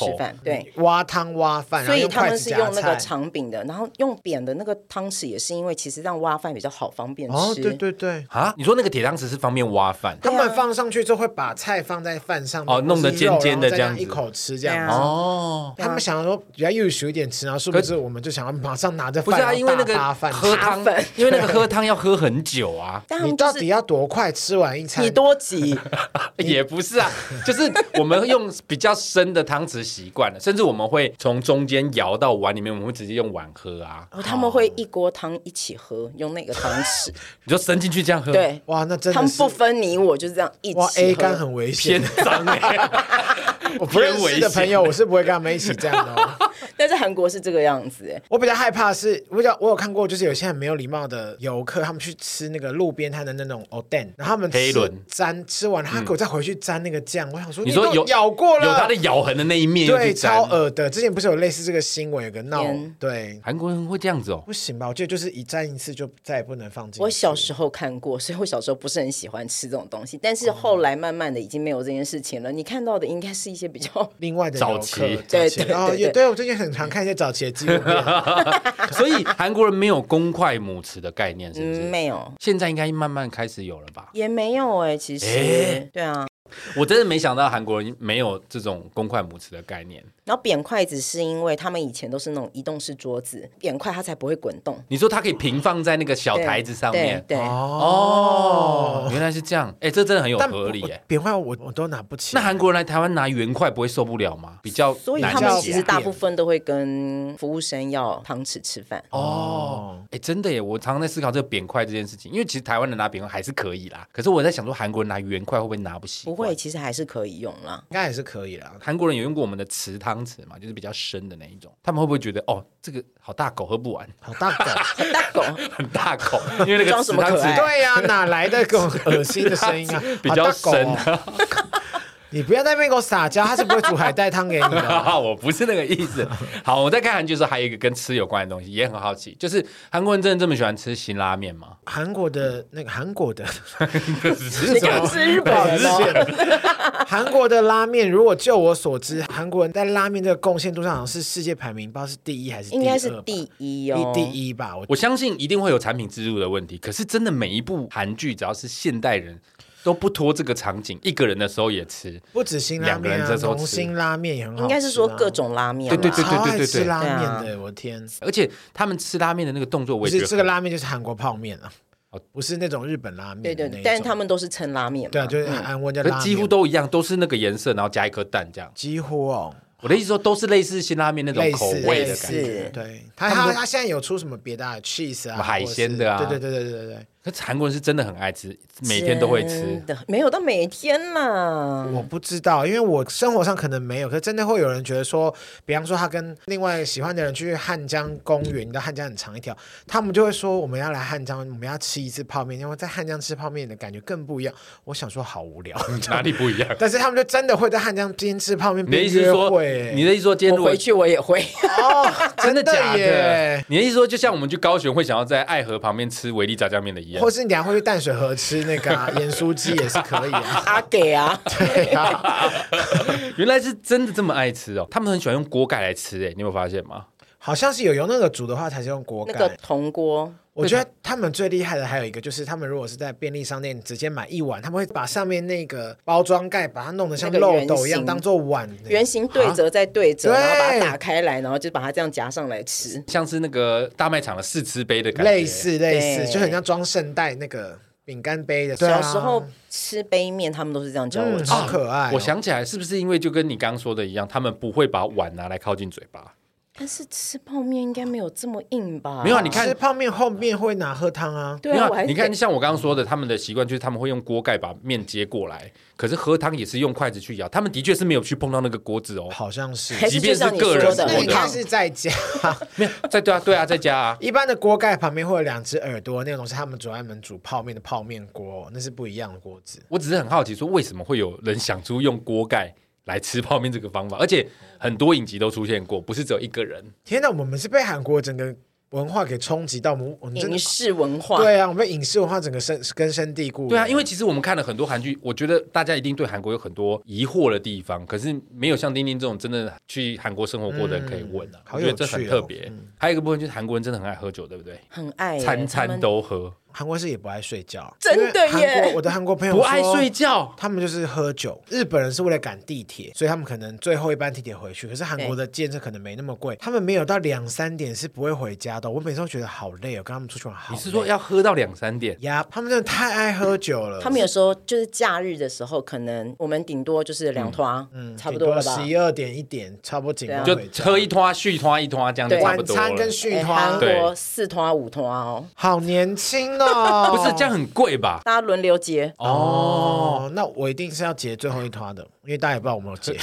吃饭，对， 挖汤挖饭， 所以他们是用那个长柄的，然后用扁的那个汤匙也是因为其实让挖饭比较好方便吃。 哦，对对对啊，你说那个铁汤匙是方便挖饭， 他们放上去之后会把菜放在饭上面， 哦，弄得尖尖的这样子， 一口吃这样子。 哦， 他们想要说比较优秀一点吃，然后是不是我们就想要马上拿着饭？ 不是啊，因为那个喝汤，因为那个喝汤要喝很久啊。 你到底要多快吃完一餐？ 你多急？ 也不是啊，就是我们用比较深的汤匙习惯了，甚至我们会从中间舀到碗里面，我们会直接用碗喝啊。 哦，他们会一锅汤一起喝，用那个汤匙， 你就伸进去这样喝。 对， 哇，那真的是他们不分你我，就是这样一起喝。 哇 ，A 肝很危险， 偏脏哎。 我不认识的朋友，我是不会跟他们一起这样的哦。 但是韩国是这个样子哎。 我比较害怕的是，我比较我有看过，就是有些很没有礼貌的游客，他们去吃那个路边摊的那种 oden， 然后他们吃沾吃完，他给我再回去沾那个酱，我想说， 你说有咬过了， 有他的咬痕的那一面， 对，超恶的。之前不是有类似这个新闻，有个闹，对， 韩国人会这样子哦？ 不行吧？我记得就是一沾一次就再也不能放进去。 我小时候看过，所以我小时候不是很喜欢吃这种东西，但是后来慢慢的已经没有这件事情了。你看到的应该是一些比较另外的早期， 对对对对，对我最近很常看一些早期的纪录片。 所以韩国人没有公筷母匙的概念，是不是？ 嗯，没有。 现在应该慢慢开始有了吧？ 也没有哎、欸，其实、欸，对啊。 我真的没想到韩国人没有这种公筷母匙的概念。 然后扁筷子是因为他们以前都是那种移动式桌子，扁筷它才不会滚动。 你说它可以平放在那个小台子上面， 对，对哦，原来是这样，哎、欸，这真的很有合理哎。 扁筷我我都拿不起。 那韩国人来台湾拿圆筷不会受不了吗？比较， 所以他们其实大部分都会跟服务生要汤匙吃饭。 哦，哎、欸，真的耶，我常常在思考这个扁筷这件事情，因为其实台湾人拿扁筷还是可以啦，可是我在想说韩国人拿圆筷会不会拿不习惯？ 不会，其实还是可以用啦， 应该也是可以啦。 韩国人有用过我们的瓷汤匙嘛，就是比较深的那一种，他们会不会觉得哦，这个好大口喝不完， 好大口， 好大口， 很大口，因为那个瓷汤匙， 对呀、啊，哪来的这种恶心的声音啊？ 比较深、啊。 你不要在那边给我撒娇，他是不会煮海带汤给你的。 我不是那个意思。好，我在看韩剧的时候，还有一个跟吃有关的东西，也很好奇，就是韩国人真的这么喜欢吃辛拉面吗？ 韩国的那个韩国的， 你刚是日本人哦。 韩国的拉面，如果就我所知，韩国人在拉面这个贡献度上好像是世界排名，不知道是第一还是第二， 应该是第一哦， 第一吧。我我相信一定会有产品置入的问题，可是真的每一部韩剧，只要是现代人。都不拖这个场景，一个人的时候也吃， 不止辛拉面啊，浓辛拉面也很好吃、啊。 应该是说各种拉面， 对对对对对对， 吃拉面的，我的天！ 而且他们吃拉面的那个动作，我也觉得不是这个拉面就是韩国泡面啊，哦，不是那种日本拉面。 对对对，但是他们都是称拉面嘛， 对啊，就是韩文叫拉面， 几乎都一样，都是那个颜色，然后加一颗蛋这样。 几乎哦。 我的意思说，都是类似辛拉面那种口味的感觉。 对，他他他现在有出什么别的、啊、cheese 啊， 海鲜的啊， 对对对对对对。 可是韩国人是真的很爱吃，每天都会吃的，没有到每天啦。 我不知道，因为我生活上可能没有，可是真的会有人觉得说，比方说他跟另外喜欢的人去汉江公园，你知道汉江很长一条，他们就会说我们要来汉江，我们要吃一次泡面，因为在汉江吃泡面的感觉更不一样。我想说好无聊， 哪里不一样？ 但是他们就真的会在汉江边吃泡面边约会。 你的意思说，今天我回去我也会哦， 真的假的？ 你的意思说，就像我们去高雄会想要在爱河旁边吃维力炸酱面的一样， 或是你等下会去淡水河吃那个盐酥鸡也是可以啊。 阿给啊， 对啊， 原来是真的这么爱吃哦。他们很喜欢用锅盖来吃，哎，你有没有发现吗？ 好像是有用那个煮的话，才是用锅盖， 那个铜锅。 我觉得他们最厉害的还有一个，就是他们如果是在便利商店直接买一碗，他们会把上面那个包装盖把它弄得像漏斗一样，当做碗， 圆形对折再对折，然后把它打开来，然后就把它这样夹上来吃， 像是那个大卖场的试吃杯的感觉， 类似类似，就很像装圣代那个饼干杯的。 小时候吃杯面，他们都是这样教我吃， 好可爱。 我想起来，是不是因为就跟你刚刚说的一样，他们不会把碗拿来靠近嘴巴？ 但是吃泡面应该没有这么硬吧？ 没有，你看吃泡面后面会拿喝汤啊。 对啊， 你看像我刚刚说的，他们的习惯就是他们会用锅盖把面接过来，可是喝汤也是用筷子去舀。他们的确是没有去碰到那个锅子哦， 好像是， 即便是个人的， 应该是在家， 没有在对啊对啊在家啊。 一般的锅盖旁边会有两只耳朵，那种是他们专门煮泡面的泡面锅，那是不一样的锅子。 我只是很好奇，说为什么会有人想出用锅盖来吃泡面这个方法，而且很多影集都出现过，不是只有一个人。 天哪，我们是被韩国整个文化给冲击到我们，我们影视文化。 对啊，我们被影视文化整个深根深蒂固。 对啊，因为其实我们看了很多韩剧，我觉得大家一定对韩国有很多疑惑的地方，可是没有像丁丁这种真的去韩国生活过的人可以问啊。嗯、我觉得这很特别、嗯。还有一个部分就是韩国人真的很爱喝酒，对不对？ 很爱、欸， 餐餐都喝。 韩国是也不爱睡觉， 真的耶！ 我的韩国朋友不爱睡觉， 他们就是喝酒。日本人是为了赶地铁，所以他们可能最后一班地铁回去。可是韩国的建设可能没那么贵，他们没有到两三点是不会回家的。我每次都觉得好累哦，跟他们出去玩好累。 你是说要喝到两三点？ 呀，他们真的太爱喝酒了。 他们有时候就是假日的时候，可能我们顶多就是两拖，嗯，差不多了吧？ 十一二点一点，差不多紧就喝一拖续拖一拖这样就差不多了。 晚餐跟续拖， 韩国四拖五拖哦， 好年轻哦， 不是。这样很贵吧？ 大家轮流结哦，那我一定是要结最后一团的，因为大家也不知道我们有结。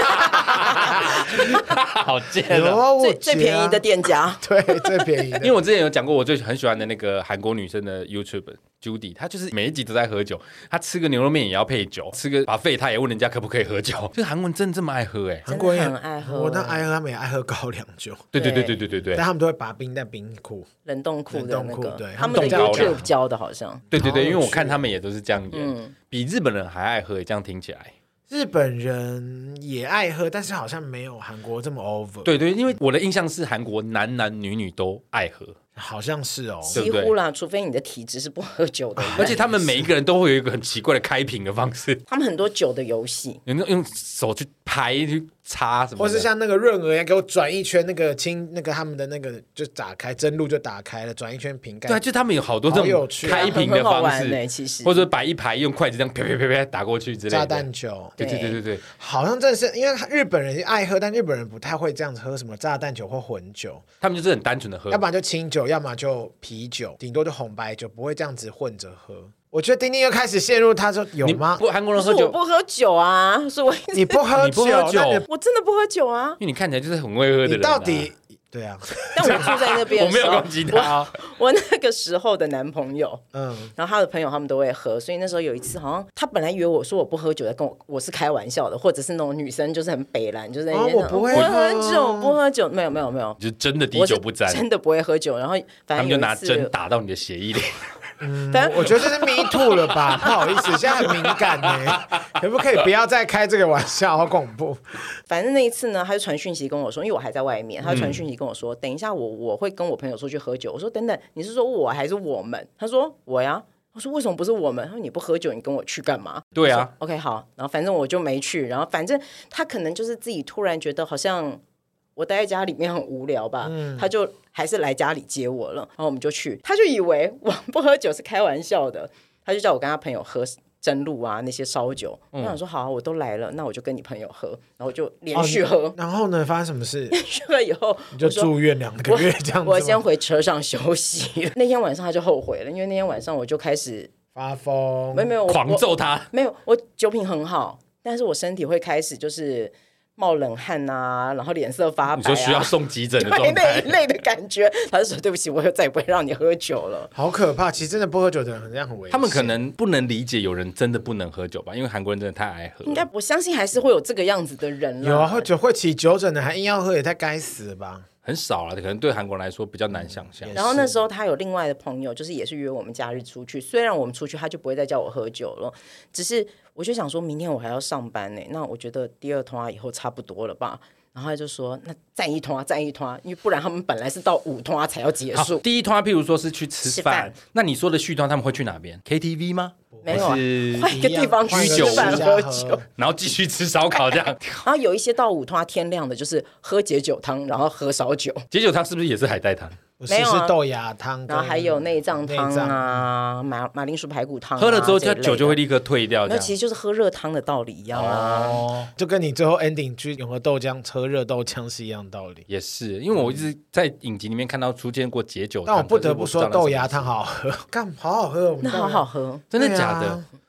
好贱哦！ 最最便宜的店家， 对，最便宜的。 因为我之前有讲过，我最很喜欢的那个韩国女生的 YouTube Judy， 她就是每一集都在喝酒，她吃个牛肉面也要配酒，吃个 buffet 她也问人家可不可以喝酒。就是韩国人真的这么爱喝哎、欸， 韩国人很爱喝， 我那爱喝，他们也爱喝高粱酒。 对对对对对对对， 但他们都会把冰在冰库、 冷冻库的那个， 对， 他们的 YouTube 教的好像。 对对对，因为我看他们也都是这样演，嗯、比日本人还爱喝，这样听起来。 日本人也爱喝，但是好像没有韩国这么 over。 对对，因为我的印象是韩国男男女女都爱喝。 好像是哦， 几乎啦，除非你的体质是不喝酒的。 而且他们每一个人都会有一个很奇怪的开瓶的方式。 他们很多酒的游戏， 有那用手去拍去擦什么的， 或是像那个润儿一样，给我转一圈，那个清那个他们的那个就打开蒸露就打开了，转一圈瓶盖。 对、啊，就他们有好多这种开瓶的方式， 欸、其实或者摆一排用筷子这样啪啪啪啪打过去之类的。 炸弹酒， 对对对对对， 好像真的是因为日本人爱喝，但日本人不太会这样子喝什么炸弹酒或混酒， 他们就是很单纯的喝， 要不然就清酒，要么就啤酒，顶多就红白酒，不会这样子混着喝。我觉得丁丁又开始陷入，他说有吗？ 不，韩国人喝酒， 我不喝酒啊，所以我你不喝酒， 你不喝酒， 我真的不喝酒啊， 因为你看起来就是很会喝的人、啊。 你到底对啊？ 但我住在那边， 我没有攻击他、哦我。我那个时候的男朋友，嗯，然后他的朋友他们都会喝，所以那时候有一次，好像他本来以为我说我不喝酒，在跟我我是开玩笑的，或者是那种女生就是很北蓝，就是在那边、 哦、我不会喝酒，不喝酒，没有没有没有， 就真的滴酒不沾， 真的不会喝酒。然后反正他们就拿针打到你的血液里。 嗯，我觉得这是 me too 了吧？不好意思，现在很敏感呢，可不可以不要再开这个玩笑？好恐怖。 反正那一次呢，他就传讯息跟我说，因为我还在外面，他就传讯息跟我说，嗯、等一下我我会跟我朋友出去喝酒。我说等等，你是说我还是我们？他说我呀。我说为什么不是我们？他说你不喝酒，你跟我去干嘛？ 对啊 ，OK 好，然后反正我就没去，然后反正他可能就是自己突然觉得好像我待在家里面很无聊吧，嗯、他就还是来家里接我了，然后我们就去，他就以为我不喝酒是开玩笑的，他就叫我跟他朋友喝蒸露啊那些烧酒，嗯、我想说好、啊，我都来了，那我就跟你朋友喝，然后我就连续喝、 哦。然后呢，发生什么事？ 连续喝以后， 你就住院两个月这样子。 我先回车上休息。那天晚上他就后悔了，因为那天晚上我就开始发疯， 没有没有狂揍他， 没有，我酒品很好，但是我身体会开始就是冒冷汗啊，然后脸色发白、啊， 你说需要送急诊的状态， 那一类的感觉。他就说对不起，我再也不会让你喝酒了。 好可怕！其实真的不喝酒的人这样很危险。 他们可能不能理解有人真的不能喝酒吧，因为韩国人真的太爱喝了。 应该我相信还是会有这个样子的人啦。 有啊，会酒会起酒疹的，还硬要喝，也太该死了吧。 很少了，可能对韩国人来说比较难想象。 然后那时候他有另外的朋友，就是也是约我们假日出去。虽然我们出去，他就不会再叫我喝酒了，只是我就想说明天我还要上班呢，那我觉得第二通以后差不多了吧。然后他就说：“那再一通，再一通，因为不然他们本来是到五通才要结束。 第一通，譬如说是去吃饭，那你说的续通他们会去哪边 ？K T V 吗？ 没有、啊，换一个地方去吃饭喝酒， 然后继续吃烧烤这样。 然后有一些到五通天亮的，就是喝解酒汤，然后喝烧酒。 解酒汤是不是也是海带汤？ 没有、啊、 是豆芽汤， 然后还有内脏汤啊，马马铃薯排骨汤、啊。 喝了之后，它酒就会立刻退掉。 那其实就是喝热汤的道理一样啊， 哦、就跟你最后 ending 去永和豆浆喝热豆浆是一样的道理。 也是，因为我一直在影集里面看到出现过解酒汤， 但我不得不说豆芽汤好好喝，干好好喝， 那好好喝， 真的假的？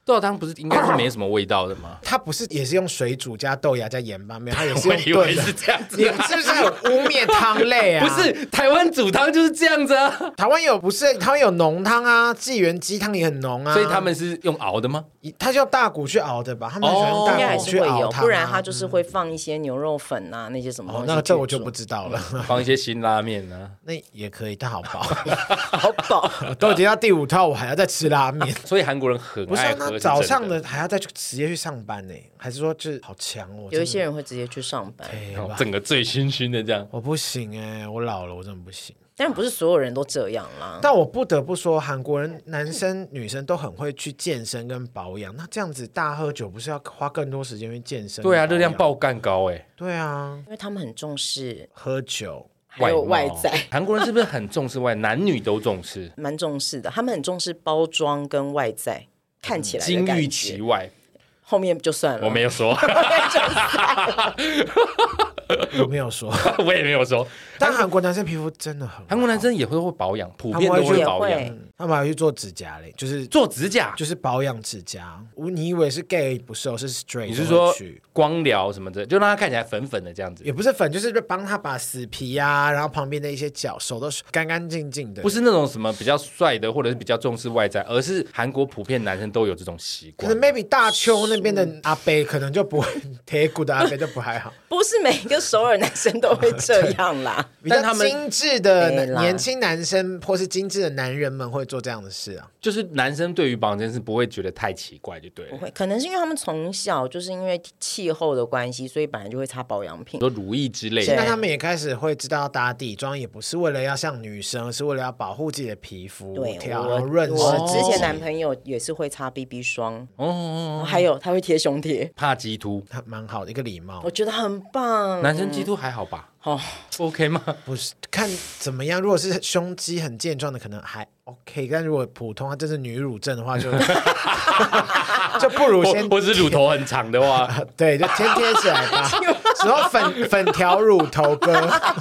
豆芽汤不是应该是没什么味道的吗？ 它不是也是用水煮加豆芽加盐巴没有？它也是用炖的， 是这样子、 啊，你是不是有污蔑汤类啊？ 不是，台湾煮汤就是这样子啊。 台湾有不是，台湾有浓汤啊，纪元鸡汤也很浓啊。 所以他们是用熬的吗？ 他就用大骨去熬的吧？他们喜欢用大骨去熬汤、啊哦、 不然他就是会放一些牛肉粉啊、嗯、那些什么东西。 哦，那这我就不知道了。 放一些辛拉面啊， 那也可以，但好饱， 好饱。 都已经到第五套，我还要再吃拉面。 所以韩国人很爱喝。 不是，那早上的还要再去直接去上班呢？还是说就是好强哦？ 有一些人会直接去上班， 整个醉醺醺的这样。 我不行哎，我老了，我真的不行。 但不是所有人都这样啦。 但我不得不说，韩国人男生女生都很会去健身跟保养。那这样子大喝酒不是要花更多时间去健身？ 对啊，热量爆干高哎。 对啊， 因为他们很重视喝酒。 还有外在， 韩国人是不是很重视外？男女都重视， 蛮重视的。他们很重视包装跟外在，看起来的感觉金玉其外。 后面就算了， 我没有说。 我没有说， 我也没有说。 但韩国男生皮肤真的很好， 韩国男生也会会保养，普遍都会保养。 他们还会去做指甲嘞，就是做指甲， 就是保养指甲。你以为是 gay 不是，是 straight。 你是说光疗什么的，就让他看起来粉粉的这样子？ 也不是粉，就是帮他把死皮啊，然后旁边的一些角手都干干净净的。 不是那种什么比较帅的，或者是比较重视外在，而是韩国普遍男生都有这种习惯。 可能 maybe 大邱那边的阿伯可能就不会，铁骨的阿伯就不还好。 不是每个首尔男生都会这样啦。 比较精致的年轻男生或是精致的男人们会做这样的事啊。 就是男生对于保养这件事不会觉得太奇怪，就对了。 不会，可能是因为他们从小就是因为气候的关系，所以本来就会擦保养品， 说乳液之类的。 现在他们也开始会知道打底妆也不是为了要像女生，而是为了要保护自己的皮肤， 对， 调润湿。 我之前男朋友也是会擦 B B 霜，哦，还有他会贴胸贴， 怕激凸， 他蛮好的一个礼貌， 我觉得很棒。 男生激凸还好吧？哦 ，OK 吗？ 不是，看怎么样。如果是胸肌很健壮的，可能还 OK， 但如果普通，它真是女乳症的话就，就就不如先， 或是乳头很长的话， 对，就先贴起来吧。然后粉粉条乳头哥，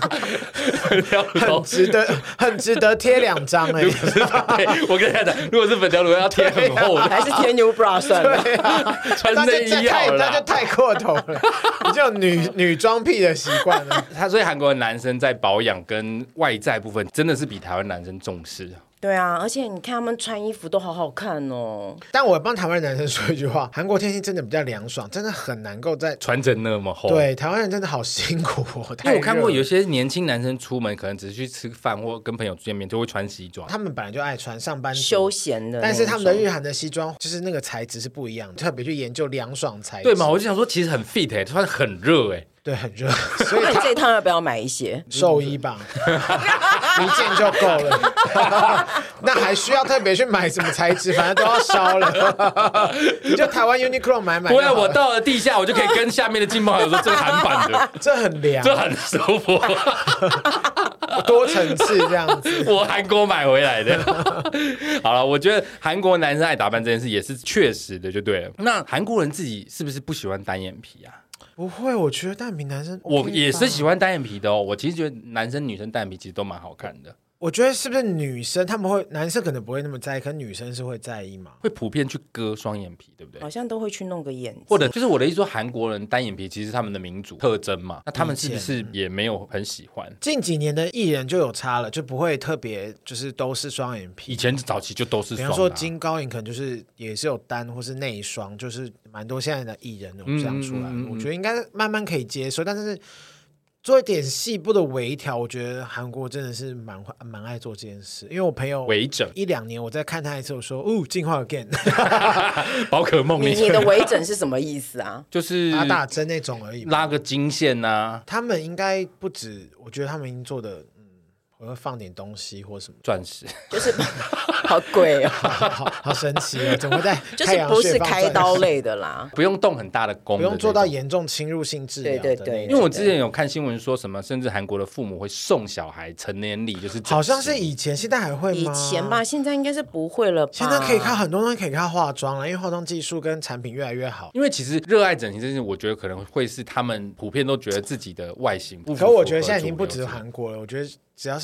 很值得，很值得贴两张哎。 对，我跟大家讲，如果是粉条乳要贴很厚的， 还是贴 New Bra 算了。 对啊， 穿内衣好了， 那就太过头了，你就有女女装癖的习惯了。 他所以韩国的男生在保养跟外在部分真的是比台湾男生重视。 对啊，而且你看他们穿衣服都好好看哦。 但我帮台湾男生说一句话，韩国天气真的比较凉爽，真的很难够在穿成那么厚。 对，台湾人真的好辛苦哦。 因为我看过有些年轻男生出门可能只是去吃饭或跟朋友见面就会穿西装， 他们本来就爱穿上班休闲的， 但是他们的日韩的西装就是那个材质是不一样的，特别去研究凉爽材质。 对嘛？我就想说其实很 fit 哎、欸，穿很热哎、欸。 对，很热，所以那你这一趟要不要买一些寿衣吧？一件就够了。那还需要特别去买什么材质？反正都要烧了。你就台湾 Uniqlo 买买。 不然我到了地下，我就可以跟下面的金朋友说这是韩版的， 这很凉， 这很舒服， 多层次这样子。 我韩国买回来的。好了，我觉得韩国男生爱打扮这件事也是确实的，就对了。那韩国人自己是不是不喜欢单眼皮啊？ 不会，我觉得单眼皮男生、OK、 我也是喜欢单眼皮的哦。我其实觉得男生女生单眼皮其实都蛮好看的。 我觉得是不是女生他们会，男生可能不会那么在意，可女生是会在意嘛？ 会普遍去割双眼皮，对不对？ 好像都会去弄个眼睛， 或者就是我的意思说，韩国人单眼皮其实是他们的民族特征嘛，那他们是不是也没有很喜欢？ 近几年的艺人就有差了，就不会特别就是都是双眼皮。 以前早期就都是双、啊， 比方说金高银可能就是也是有单或是内双，就是蛮多现在的艺人有这样出来、嗯嗯嗯嗯，我觉得应该慢慢可以接受，但是。做一点细部的微调，我觉得韩国真的是蛮蛮爱做这件事。因为我朋友微整一两年，我再看他一次，我说：“哦，进化 again。” 宝可梦， 你你的微整是什么意思啊？ 就是打打针那种而已， 拉个金线啊。 他们应该不止，我觉得他们已经做的。我会放点东西或什么钻石， 就是好贵哦， 好, 好, 好神奇哦！怎么会在就是不是开刀类的啦， 不用动很大的功， 不用做到严重侵入性治疗的。 对对对， 因为我之前有看新闻说什么，甚至韩国的父母会送小孩成年礼，就是好像是以前，现在还会吗？ 以前吧，现在应该是不会了吧？ 现在可以看很多东西，可以看化妆了，因为化妆技术跟产品越来越好。 因为其实热爱整形这件事，我觉得可能会是他们普遍都觉得自己的外形不符合。 可我觉得现在已经不止韩国了，我觉得。只要是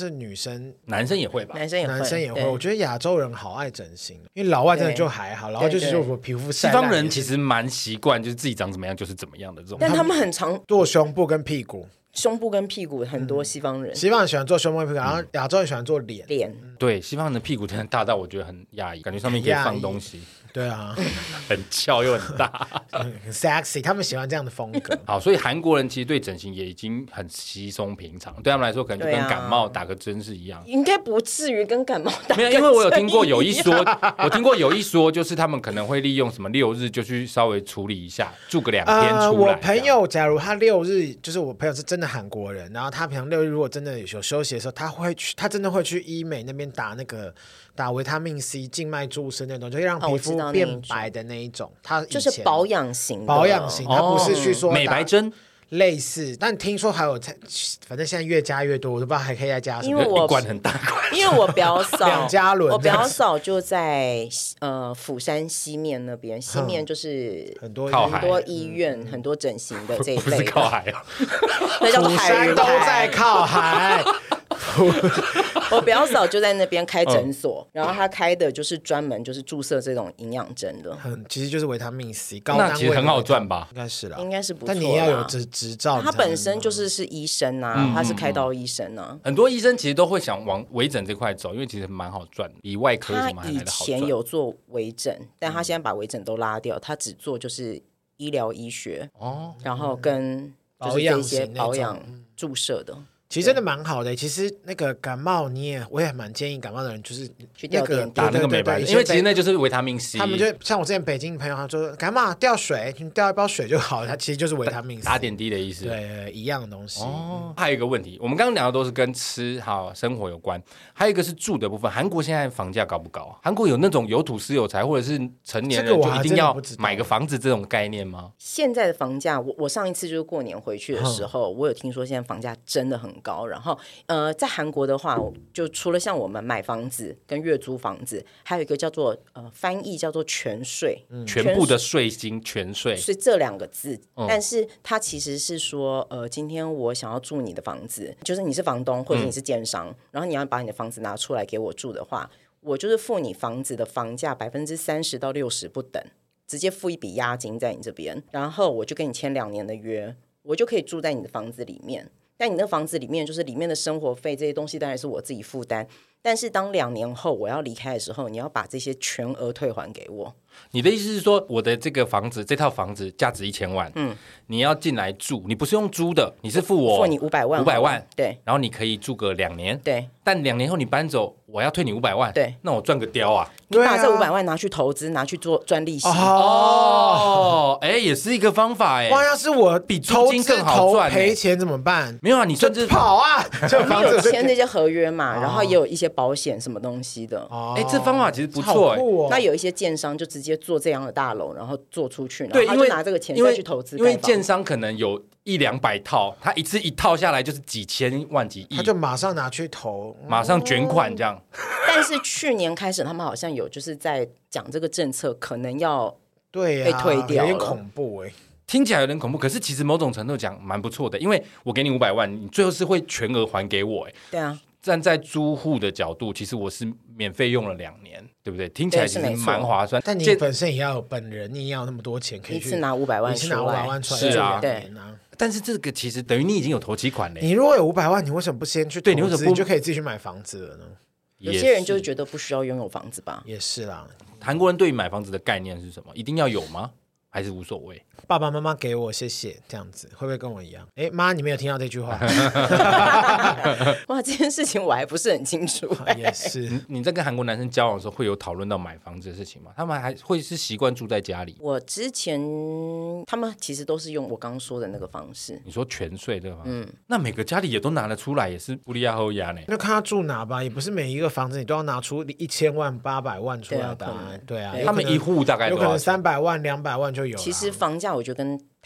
是女生， 男生也会吧？ 男生也会， 男生也会。我觉得亚洲人好爱整形，因为老外真的就还好，老外就是说我皮肤晒烂。 西方人其实蛮习惯，就是自己长怎么样就是怎么样的这种。 但他们很常做胸部跟屁股。 胸部跟屁股很多西方人， 嗯、西方人喜欢做胸部跟屁股，然后亚洲人喜欢做脸。 脸、 嗯、 对，西方人的屁股真的大到我觉得很压抑，感觉上面可以放东西。 对啊， 很翘又很大， 很 sexy， 他们喜欢这样的风格。 好，所以韩国人其实对整形也已经很稀松平常，对他们来说可能就跟感冒打个针是一样。 应该不至于跟感冒打个针一样。 没有，因为我有听过有一说，我听过有一说，就是他们可能会利用什么六日就去稍微处理一下，住个两天出来、呃。 我朋友假如他六日，就是我朋友是真的韩国人，然后他平常六日如果真的有休息的时候，他会去，他真的会去医美那边打那个。打维他命 C 静脉注射那种，就会让皮肤变白的那一种，它就是保养型的， 保养型，它不是去说美白针。 类似，但听说还有，反正现在越加越多，我都不知道还可以再加什么。 因为我一罐很大罐， 因为我表嫂两加仑， 我表嫂就在呃釜山西面那边，西面就是很多很多医院、很多整形的这一类的， 不是靠海啊， 那叫做海云台， 都在靠海。 我表嫂就在那边开诊所，嗯、然后她开的就是专门就是注射这种营养针的， 很其实就是维他命 C， 高单位那其实很好赚吧？ 应该是啦， 应该是不错， 但你也要有执执照。 他本身就是是医生啊，嗯、他是开刀医生啊。 很多医生其实都会想往微整这块走，因为其实蛮好赚，比外科什么还来的好赚。 他以前有做微整，但他现在把微整都拉掉，他只做就是医疗医学哦，然后跟就是这些保养注射的。 其实真的蛮好的，其实那个感冒你也我也蛮建议感冒的人就是去吊点打那个美白针，因为其实那就是维他命 C。 他们就像我之前北京朋友，他说感冒吊水，你吊一包水就好了，它其实就是维他命 C， 打点滴的意思。 对，一样的东西。 哦，还有一个问题，我们刚刚聊的都是跟吃好生活有关，还有一个是住的部分。韩国现在房价高不高啊？韩国有那种有土斯有财，或者是成年人就一定要买个房子这种概念吗？ 现在的房价，我我上一次就是过年回去的时候，我有听说现在房价真的很高，然后。呃，在韩国的话，就除了像我们买房子跟月租房子，还有一个叫做呃翻译叫做全税， 嗯、全部的税金全税是这两个字，嗯、但是它其实是说，呃，今天我想要住你的房子，就是你是房东或者你是建商，嗯、然后你要把你的房子拿出来给我住的话，我就是付你房子的房价百分之三十到六十不等，直接付一笔押金在你这边，然后我就跟你签两年的约，我就可以住在你的房子里面。但你那房子里面就是里面的生活费这些东西当然是我自己负担，但是当两年后我要离开的时候，你要把这些全额退还给我。 你的意思是说，我的这个房子这套房子价值一千万，嗯，你要进来住，你不是用租的，你是付我付你五百万， 五百万， 对， 然后你可以住个两年， 对， 但两年后你搬走，我要退你五百万， 对， 那我赚个雕啊！ 你把这五百万拿去投资，拿去做赚利息哦，哎，也是一个方法哎。 哇，要是我比租金更好赚， 赔钱怎么办？ 没有啊，你甚至跑啊，这房子有签那些合约嘛，然后也有一些保险什么东西的。 哎，这方法其实不错哎。 那有一些建商就直接做这样的大楼，然后做出去，然后他就拿这个钱再去投资。 因为建商可能有一两百套，他一次一套下来就是几千万几亿， 他就马上拿去投， 马上卷款这样。 但是去年开始，他们好像有就是在讲这个政策，可能要对被推掉了， 有点恐怖哎、欸。 听起来有点恐怖，可是其实某种程度讲蛮不错的，因为我给你五百万，你最后是会全额还给我哎。 对啊。 站在租户的角度，其实我是免费用了两年，对不对？听起来其实蛮划算。 但你本身也要有本人，你也要有那么多钱可以去一次拿五百万出来， 一次拿五百万出来， 是啊， 对。 但是这个其实等于你已经有头期款了。 你如果有五百万，你为什么不先去投资？ 对，你为什么不你就可以自己去买房子了呢？ 有些人就是觉得不需要拥有房子吧。 也是啦。 韩国人对于买房子的概念是什么？一定要有吗？还是无所谓？ 爸爸妈妈给我，谢谢，这样子会不会跟我一样？哎，妈，你没有听到这句话？ 哇，这件事情我还不是很清楚、欸。 也是， 你你在跟韩国男生交往的时候，会有讨论到买房子的事情吗？他们还会是习惯住在家里？ 我之前他们其实都是用我刚刚说的那个方式。 你说全税这个方式，嗯，那每个家里也都拿得出来，也是不利亚后压呢。 那看他住哪吧，也不是每一个房子你都要拿出一千万、八百万出来的、啊。对啊， 他们一户大概有可能三百万、两百万就有了。 其实房价我觉得跟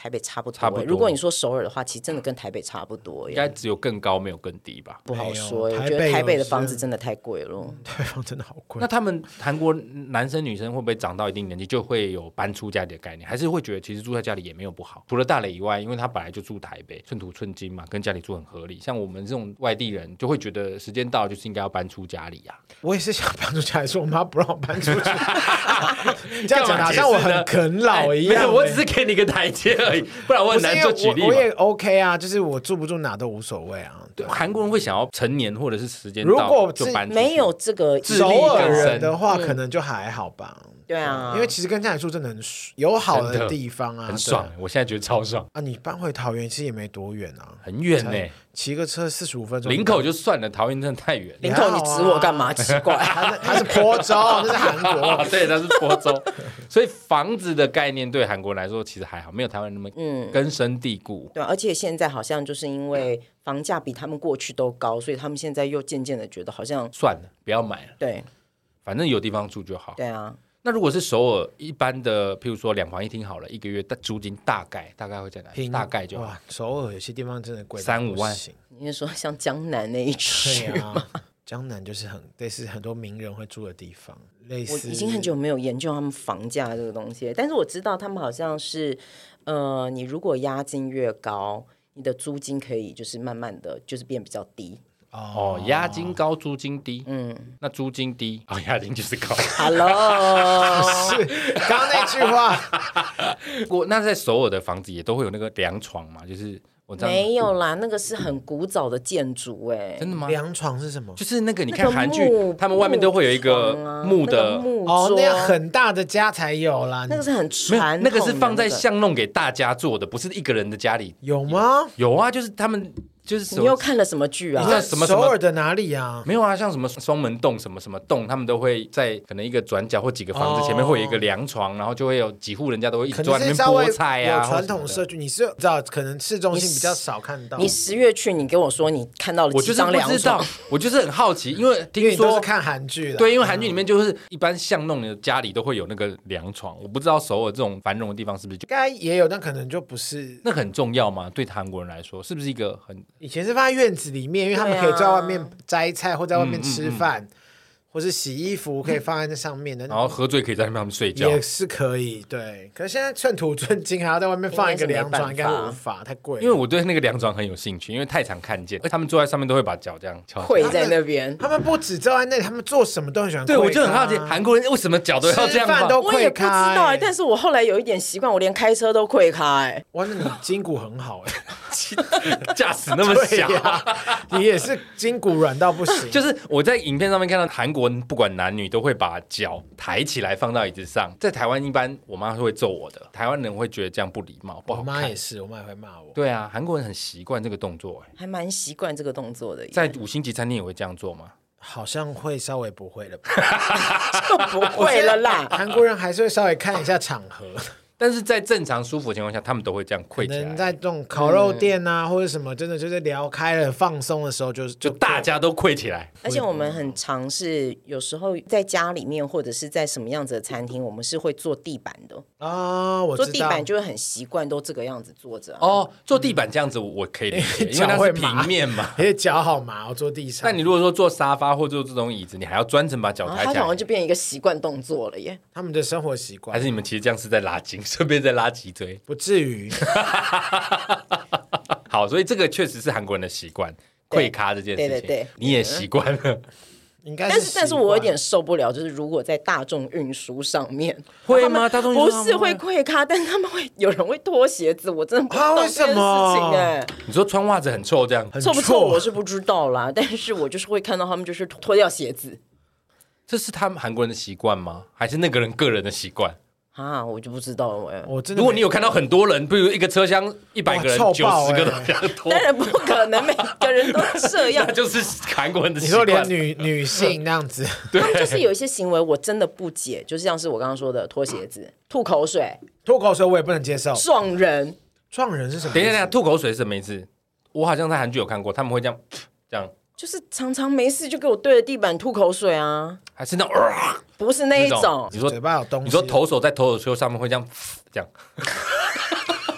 台北差不多， 差不多。 如果你说首尔的话，其实真的跟台北差不多， 应该只有更高没有更低吧？ 不好说，我觉得台北的房子真的太贵了， 台北房真的好贵。 那他们韩国男生女生会不会长到一定年纪就会有搬出家里的概念，还是会觉得其实住在家里也没有不好？除了大磊以外，因为他本来就住台北，寸土寸金嘛，跟家里住很合理。像我们这种外地人就会觉得时间到就是应该要搬出家里啊。 我也是想搬出家里，说我妈不让我搬出去。这样讲好像我很啃老一样、欸。 没有，我只是给你个台阶而已，不然我很难做举例。 我, 我也 OK 啊，就是我住不住哪都无所谓啊。 对，韩国人会想要成年或者是时间到如果就搬出去， 没有这个首尔人的话，可能就还好吧。 对啊， 因为其实跟家里住真的很有好的地方啊， 很爽。我现在觉得超爽啊！你搬回桃园其实也没多远啊， 很远呢、欸， 骑个车四十五分钟。 林口就算了，桃园真的太远。 林口你指我干嘛？奇怪， 它是它是坡州，那是韩国， 对，它是坡州。所以房子的概念对韩国人来说其实还好，没有台湾那么根深蒂固。 嗯、对、啊，而且现在好像就是因为房价比他们过去都高，所以他们现在又渐渐的觉得好像算了，不要买了。 对， 反正有地方住就好。 对啊。 那如果是首尔一般的，譬如说两房一厅好了，一个月的租金大概大概会在哪里？大概就好。 哇，首尔有些地方真的贵， 三五万。 你是说像江南那一区吗？ 对啊，江南就是很类似很多名人会住的地方，类似。 我已经很久没有研究他们房价这个东西，但是我知道他们好像是，呃，你如果押金越高，你的租金可以就是慢慢的就是变比较低。 哦，押金高，租金低。嗯，那租金低，哦，押金就是高。 Hello， 是刚刚那句话。 我那在首尔的房子也都会有那个凉床嘛，就是我这样没有啦，那个是很古早的建筑哎、欸。 真的吗？ 凉床是什么？ 就是那个你看韩剧，他们外面都会有一个木的木哦，那样很大的家才有啦。 那个是很传统的、 那个是放在巷弄给大家做的，不是一个人的家里。 有吗？ 有啊，就是他们。就是你又看了什么剧啊？ 你在首尔的哪里啊？ 没有啊，像什么双门洞、什么什么洞，他们都会在可能一个转角或几个房子前面会有一个凉床，哦、然后就会有几户人家都会一直坐在那边剥菜啊。 有传统社区，你是知道，可能市中心比较少看到。 你十月去，你跟我说你看到了几张凉床， 我就是不知道，我就是很好奇，因为听说因为都是看韩剧的， 对，因为韩剧里面就是一般巷弄的家里都会有那个凉床，我不知道首尔这种繁荣的地方是不是就应该也有，但可能就不是。 那很重要吗？对韩国人来说，是不是一个很以前是放在院子里面，因为他们可以在外面摘菜或在外面吃饭。嗯嗯嗯或是洗衣服可以放在那上面的， 然后喝醉可以在那边睡觉， 也是可以。对，可是现在寸土寸金，还要在外面放一个凉床，应该无法，太贵了。 因为我对那个凉床很有兴趣，因为太常看见，而他们坐在上面都会把脚这样翘跪在那边。 他们不止坐在那里，他们做什么都很喜欢跪。 对，我就很好奇，韩国人为什么脚都要这样放？ 吃饭都跪开。 我也不知道哎、欸，但是我后来有一点习惯，我连开车都跪开、欸。 哇，那你筋骨很好哎、 欸，驾驶那么小、 啊，你也是筋骨软到不行。 就是我在影片上面看到韩国人不管男女。都会把脚抬起来放到椅子上，在台湾一般我妈会揍我的，台湾人会觉得这样不礼貌不好看。 我妈也是，我妈也会骂我。 对啊，韩国人很习惯这个动作、欸， 还蛮习惯这个动作的。 在五星级餐厅也会这样做吗？ 好像会稍微不会了吧， 就不会了啦。 韩国人还是会稍微看一下场合。 但是在正常舒服的情况下，他们都会这样跪起来。 可能在这种烤肉店啊，嗯、或者什么，真的就是聊开了、放松的时候就，就就大家都跪起来。 而且我们很常是有时候在家里面，或者是在什么样子的餐厅，我们是会做地板的啊、哦。我知道做地板就会很习惯，都这个样子坐着、啊。 哦，做地板这样子我可以理解，因为它是平面嘛， 而且脚好麻，我坐地上。 但你如果说坐沙发或做这种椅子，你还要专程把脚抬起来， 它好像就变成一个习惯动作了耶。 他们的生活习惯， 还是你们其实这样是在拉筋，顺便在拉脊。 不至于好，所以这个确实是韩国人的习惯，跪咖这件事情， 对对对， 你也习惯了。 应该是， 但是但是我有点受不了，就是如果在大众运输上面会吗？大众运输不是会跪咖，但他们会有人会脱鞋子，我真的不懂这件事情哎、欸。 你说穿袜子很臭这样， 臭不臭我是不知道啦，但是我就是会看到他们就是脱掉鞋子。 这是他们韩国人的习惯吗？还是那个人个人的习惯？ 啊，我就不知道哎、欸。 我真的， 如果你有看到很多人，比如一个车厢一百个人，九十个都这样脱， 当然不可能每个人都这样， 那就是韩国人的习惯。 惯。 你说连女女性那样子， 他们就是有一些行为我真的不解，就是像是我刚刚说的脱鞋子、吐口水、 吐口水我也不能接受。 撞人， 撞人是什么？ 等一下，等一下，吐口水是什么意思？我好像在韩剧有看过，他们会这样这样。 就是常常没事就给我对着地板吐口水啊， 还是那种、呃、 不是那一种？ 你说嘴巴有东西， 你说投手在投手球上面会这样这样，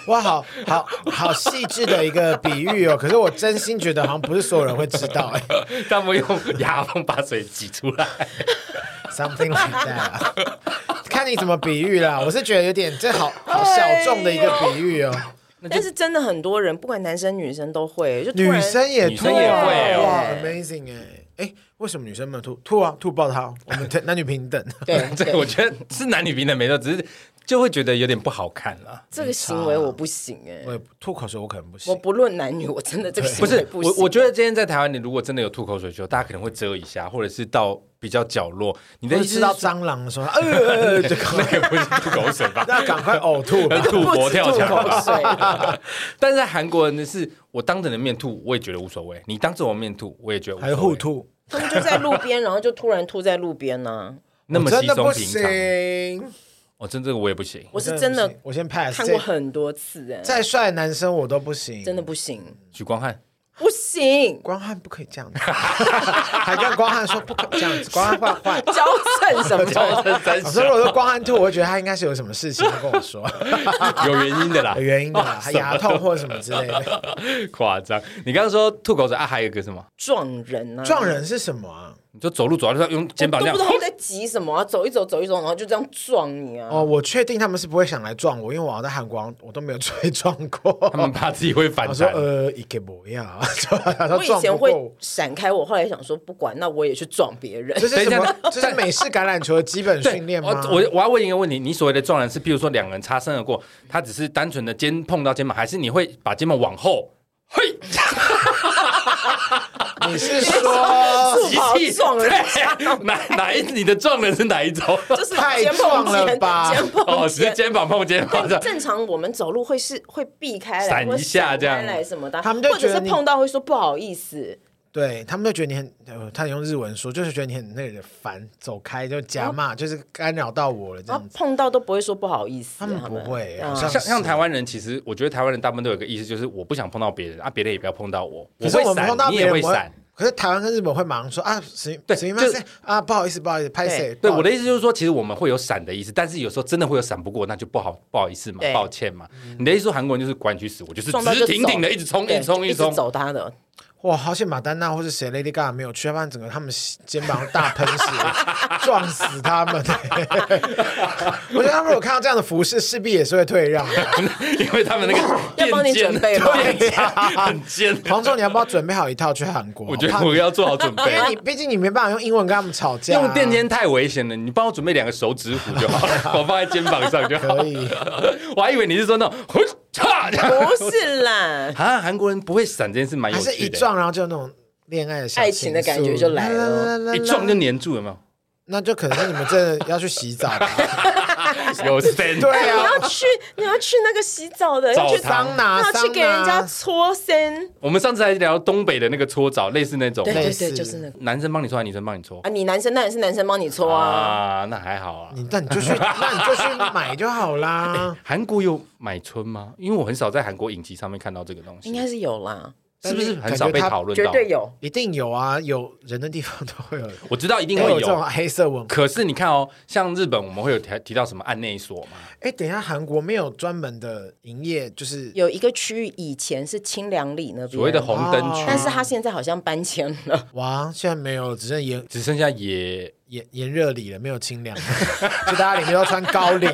哇，好好好细致的一个比喻哦。可是我真心觉得好像不是所有人会知道哎。 他们用牙缝把水挤出来 ，something like that 看你怎么比喻啦。我是觉得有点这好好小众的一个比喻哦。 但是真的很多人，不管男生女生都会，就女生也女生也会哇 ，amazing 哎。哎，为什么女生没有吐？吐啊，吐爆它！我们男女平等。 对， 对，我觉得是男女平等没错，只是就会觉得有点不好看了。 这个行为我不行哎、欸， 我吐口水我可能不行。 我不论男女，我真的这个行为不行。 不是我，我觉得今天在台湾，你如果真的有吐口水球，大家可能会遮一下，或者是到比较角落。你的意思吃到蟑螂的时候，呃， 那个不是吐口水吧？ 那赶快呕吐， 吐佛跳墙吧。 但是韩国人的是，我当着人面吐，我也觉得无所谓；你当着我面吐，我也觉得无所谓。 还互吐。 他们就在路边，然后就突然吐在路边呢、啊， 那么稀松平常。 我真的我也不行， 我是真的， 我先 pass 看过很多次哎， 再帅的男生我都不行， 真的不行。 许光汉不行， 光汉不可以这样子，还跟光汉说不可以这样子，光汉坏坏， 娇嗔什么？ 娇嗔三小。 所以我说光汉吐，我会觉得他应该是有什么事情要跟我说， 有原因的啦， 有原因的啦，他牙痛或者什么之类的， 夸张。你刚刚说吐口水啊，还有一个什么撞人啊？ 撞人是什么啊？ 你就走路走到用肩膀这样， 我都不知道他们在急什么啊，走一走走一走，然后就这样撞你啊！ 哦，我确定他们是不会想来撞我，因为我在韩国我都没有被撞过。 他们怕自己会反弹。 我说呃，一个不要。 我以前会闪开，我后来想说不管，那我也去撞别人。 这是什么？这是美式橄榄球的基本训练吗？ 我我要问一个问题，你所谓的撞人是，譬如说两人擦身而过，他只是单纯的肩碰到肩膀，还是你会把肩膀往后？嘿。 你是说机器撞人？ 哪哪一你的撞人是哪一种？ 就是太撞了吧？ 哦，是肩膀碰肩膀。 正常我们走路会是会避开来， 闪一下这样来什么的， 他们就或者是碰到会说不好意思。 对他们就觉得你很，呃、他用日文说，就是觉得你很那个烦，走开就假骂，哦、就是干扰到我了这样子。 碰到都不会说不好意思， 他们不会。 嗯、 像像台湾人，其实我觉得台湾人大部分都有个意思，就是我不想碰到别人啊，别人也不要碰到我。 可是我们碰到别人， 你也会闪。 可是台湾跟日本会马上说啊，对，什么啊，不好意思，不好意思，拍谁？ 对，我的意思就是说，其实我们会有闪的意思，但是有时候真的会有闪不过，那就不好不好意思嘛，抱歉嘛。嗯、你的意思说韩国人就是管你去死，我就是直挺挺的一直冲，一直冲，一直冲， 走他的。 哇，好险马丹娜或是谁 Lady Gaga 没有去，要不然整个他们肩膀大喷血，撞死他们。我觉得他们如果看到这样的服饰，势必也是会退让的， 因为他们那个要帮你准备吗？ 很尖。 黄总，你要不要准备好一套去韩国？ 我觉得我要做好准备， 因为你毕竟你没办法用英文跟他们吵架、啊， 用垫肩太危险了。你帮我准备两个手指虎就好了，我放在肩膀上就好。 可以。 我还以为你是说那种。 不是啦， 啊，韩国人不会闪这件事蛮有趣的， 还是一撞然后就那种恋爱的小爱情的感觉就来了， 一撞就黏住，有没有？ 那就可能是你们真的要去洗澡吧。 有身对啊， 你要去你要去那个洗澡的， 要去桑拿， 要去给人家搓身。 我们上次还聊东北的那个搓澡，类似那种， 对对对，就是那个。 男生帮你搓，还是女生帮你搓啊？你男生当然是男生帮你搓啊， 啊，那还好啊。 你那你就去，那你就去买就好啦。 韩国有买春吗？因为我很少在韩国影集上面看到这个东西， 应该是有啦。 是不是很少被讨论到？ 绝对有， 一定有啊！有人的地方都会有。 我知道一定会有这种黑色文化。 可是你看哦，像日本我们会有提提到什么案内所嘛？ 哎，等一下，韩国没有专门的营业，就是有一个区域以前是清凉里那边所谓的红灯区， 但是他现在好像搬迁了。 哇，现在没有，只剩炎， 只剩下野炎炎热里了，没有清凉，就大家里面都穿高领。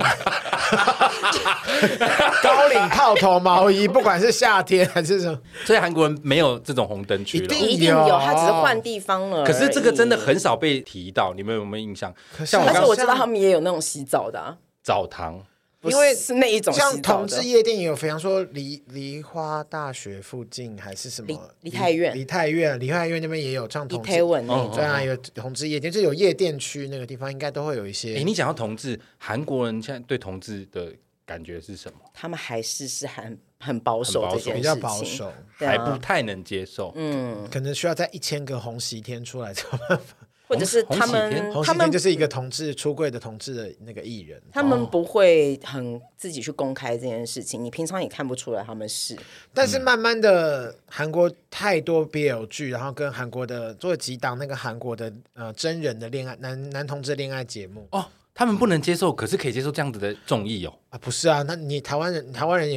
高领套头毛衣，不管是夏天还是什么， 所以韩国人没有这种红灯区了， 一定有，他只是换地方了。 可是这个真的很少被提到，你们有没有印象？ 像但是我知道他们也有那种洗澡的、啊、 澡堂， 因为是那一种洗澡的， 像同志夜店也有，比方说梨梨花大学附近还是什么梨泰院， 梨泰院，梨泰院那边也有像同志，对啊，有同志夜店，就有夜店区那个地方应该都会有一些。 哎，你讲到同志，韩国人现在对同志的感觉是什么？ 他们还是是很很保守，这件事情比较保守， 还不太能接受。 嗯， 可能需要在一千个红喜天出来才有办法。 或者是他们， 他们就是一个同志出柜的同志的那个艺人， 他们不会很自己去公开这件事情，你平常也看不出来他们是。 但是慢慢的，韩国太多 B L 剧，然后跟韩国的做几档那个韩国的呃真人的恋爱男男同志恋爱节目哦，他们不能接受，可是可以接受这样子的综艺哦。 啊，不是啊，那你台湾人台湾人也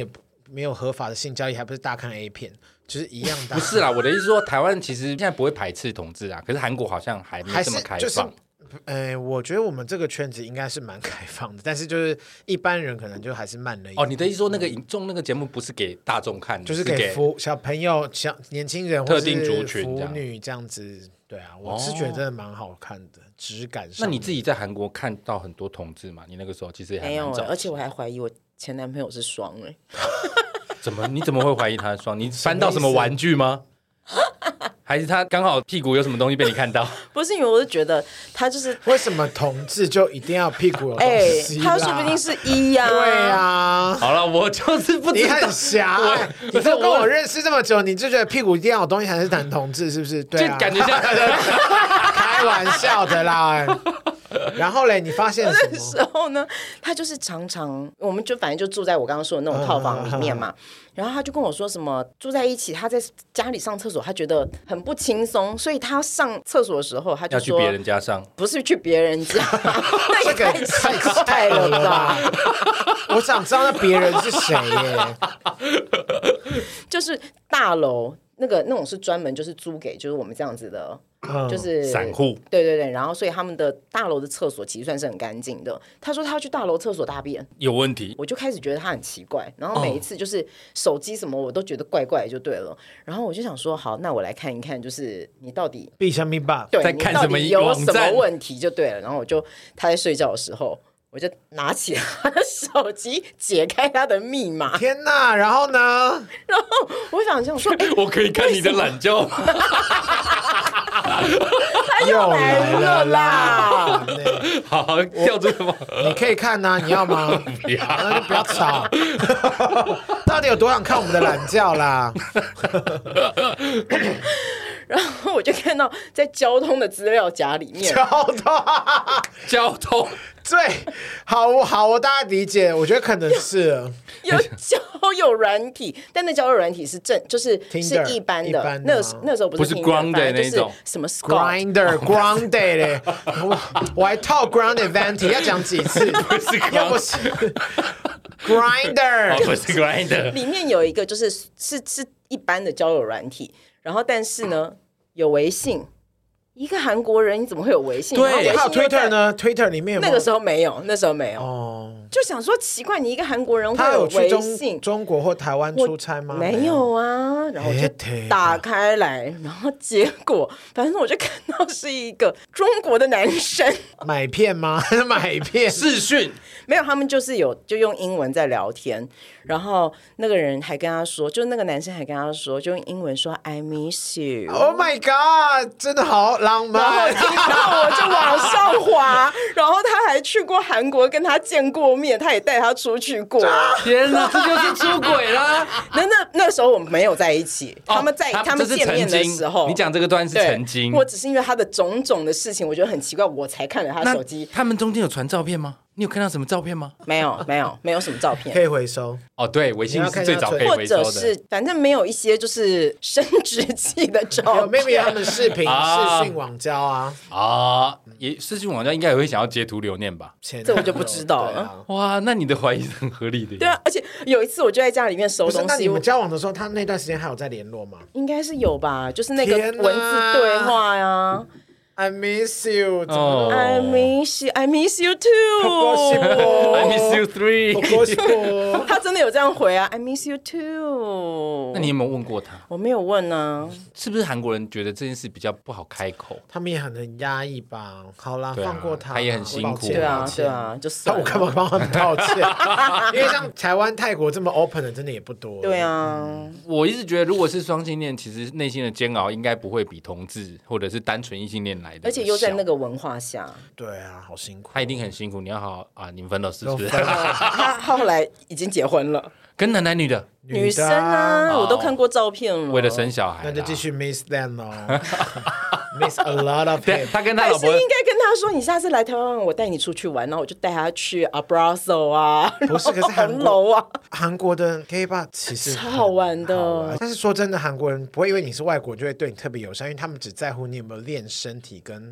没有合法的性交易，还不是大看 A 片，就是一样的。 不是啦，我的意思说，台湾其实现在不会排斥同志啊，可是韩国好像还没这么开放。就是呃，我觉得我们这个圈子应该是蛮开放的，但是就是一般人可能就还是慢了一点。 哦，你的意思说那个中那个节目不是给大众看的， 就是给福小朋友、小年轻人、 特定族群、 妇女这样子。对啊，我是觉得真的蛮好看的，哦、质感上。 那你自己在韩国看到很多同志嘛？你那个时候其实也还蛮早期， 没有，而且我还怀疑我前男朋友是双哎、欸。 怎么？你怎么会怀疑他是双？你翻到什么玩具吗？还是他刚好屁股有什么东西被你看到？ 不是，因为我是觉得他就是为什么同志就一定要屁股有东西、欸？ 他说不定是一呀、啊。 对啊。 好了，我就是不知道。 你很狭隘，你都跟我认识这么久，你就觉得屁股一定要有东西才是男同志，是不是？对啊， 就感觉像开玩笑的啦。然后嘞，你发现什么？ 那时候呢，他就是常常，我们就反正就住在我刚刚说的那种套房里面嘛。嗯、然后他就跟我说什么住在一起，他在家里上厕所，他觉得很不轻松，所以他上厕所的时候，他就说要去别人家上， 不是去别人家，那也太奇怪了吧？ 我想知道那别人是谁耶？ 就是大楼那个那种是专门就是租给就是我们这样子的。嗯、就是散户， 对对对，然后所以他们的大楼的厕所其实算是很干净的。他说他要去大楼厕所大便， 有问题， 我就开始觉得他很奇怪。然后每一次就是手机什么我都觉得怪怪就对了。然后我就想说，好，那我来看一看，就是你到底闭上密吧， 对， 在看什么你有什么问题就对了。然后我就他在睡觉的时候。我就拿起他的手机，解开他的密码。 天哪！然后呢？ 然后我想这样说，欸、 我可以看你的懒觉吗？ 他又来了啦！ 好，调这个吗？ 你可以看呐、啊，你要吗？ 不要， 那就不要吵。到底有多想看我们的懒觉啦？ 然后我就看到在交通的资料夹里面， 交通， 交通， 对，好好，我大概理解，我觉得可能是有交友软体，但那交友软体是正，就是是一般的， 一般的那那时候不是不是 Grindr 那种， 什么 Grindr Grindr 嘞，我我还套 Grindr Venti 要讲几次？ 不是 Grindr，不是 Grindr， 不是 Grindr， 里面有一个就是是是一般的交友软体。然后，但是呢，有微信。一个韩国人，你怎么会有微信？ 对，还有 Twitter 呢 ？Twitter 里面有有那个时候没有，那时候没有。 哦， 就想说奇怪，你一个韩国人会有微信？ 中, 中国或台湾出差吗？ 没有啊。然后我就打开来，然后结果，反正我就看到是一个中国的男生买片吗？买片视讯。 没有，他们就是有就用英文在聊天，然后那个人还跟他说，就那个男生还跟他说，就用英文说 I miss you。 Oh my god， 真的好浪漫。 然后听到我就往上滑，然后他还去过韩国跟他见过面，他也带他出去过。 天哪，这就是出轨啦！ 那那那时候我们没有在一起，哦、他们在 他, 他们见面的时候， 你讲这个段是曾经， 我只是因为他的种种的事情，我觉得很奇怪，我才看了他手机。 他们中间有传照片吗？你有看到什么照片吗？ 没有，没有，没有什么照片可以回收。 哦，对，微信是最早可以回收的， 或者是反正没有一些就是生殖器的照片。 有妹妹他们视频、啊、视讯网交啊啊，也视讯网交应该也会想要截图留念吧？ 这我就不知道了。 啊、 哇，那你的怀疑是很合理的。 对啊，而且有一次我就在家里面收东西。 那你们交往的时候，他那段时间还有在联络吗？ 应该是有吧，就是那个文字对话呀。 I miss you. Oh. I miss you. I miss you too. I miss you three. 他真的有这样回啊 ？I miss you too. 那你有没有问过他？ 我没有问啊。 是不是韩国人觉得这件事比较不好开口？ 他们也很很压抑吧？好啦，啊、放过他， 他也很辛苦。 对啊，对啊，就算了。我干嘛帮他们道歉？因为像台湾、泰国这么 open 的，真的也不多。 对啊、 嗯，我一直觉得，如果是双性恋，其实内心的煎熬应该不会比同志或者是单纯异性恋。 而且又在那个文化下， 对啊，好辛苦。 他一定很辛苦。你要好好啊，你们分了是不是？ 他后来已经结婚了， 跟男男女的女生啊，哦、我都看过照片了。 为了生小孩， 那就继续 miss them 咯，miss a lot of them。 他跟他老婆应该跟他说，你下次来台湾，我带你出去玩，然后我就带他去 Abrazo 啊， 不是，可是韩楼啊， 韩国的 gay bar 其实超好玩的。 但是说真的，韩国人不会因为你是外国就会对你特别友善，因为他们只在乎你有没有练身体跟。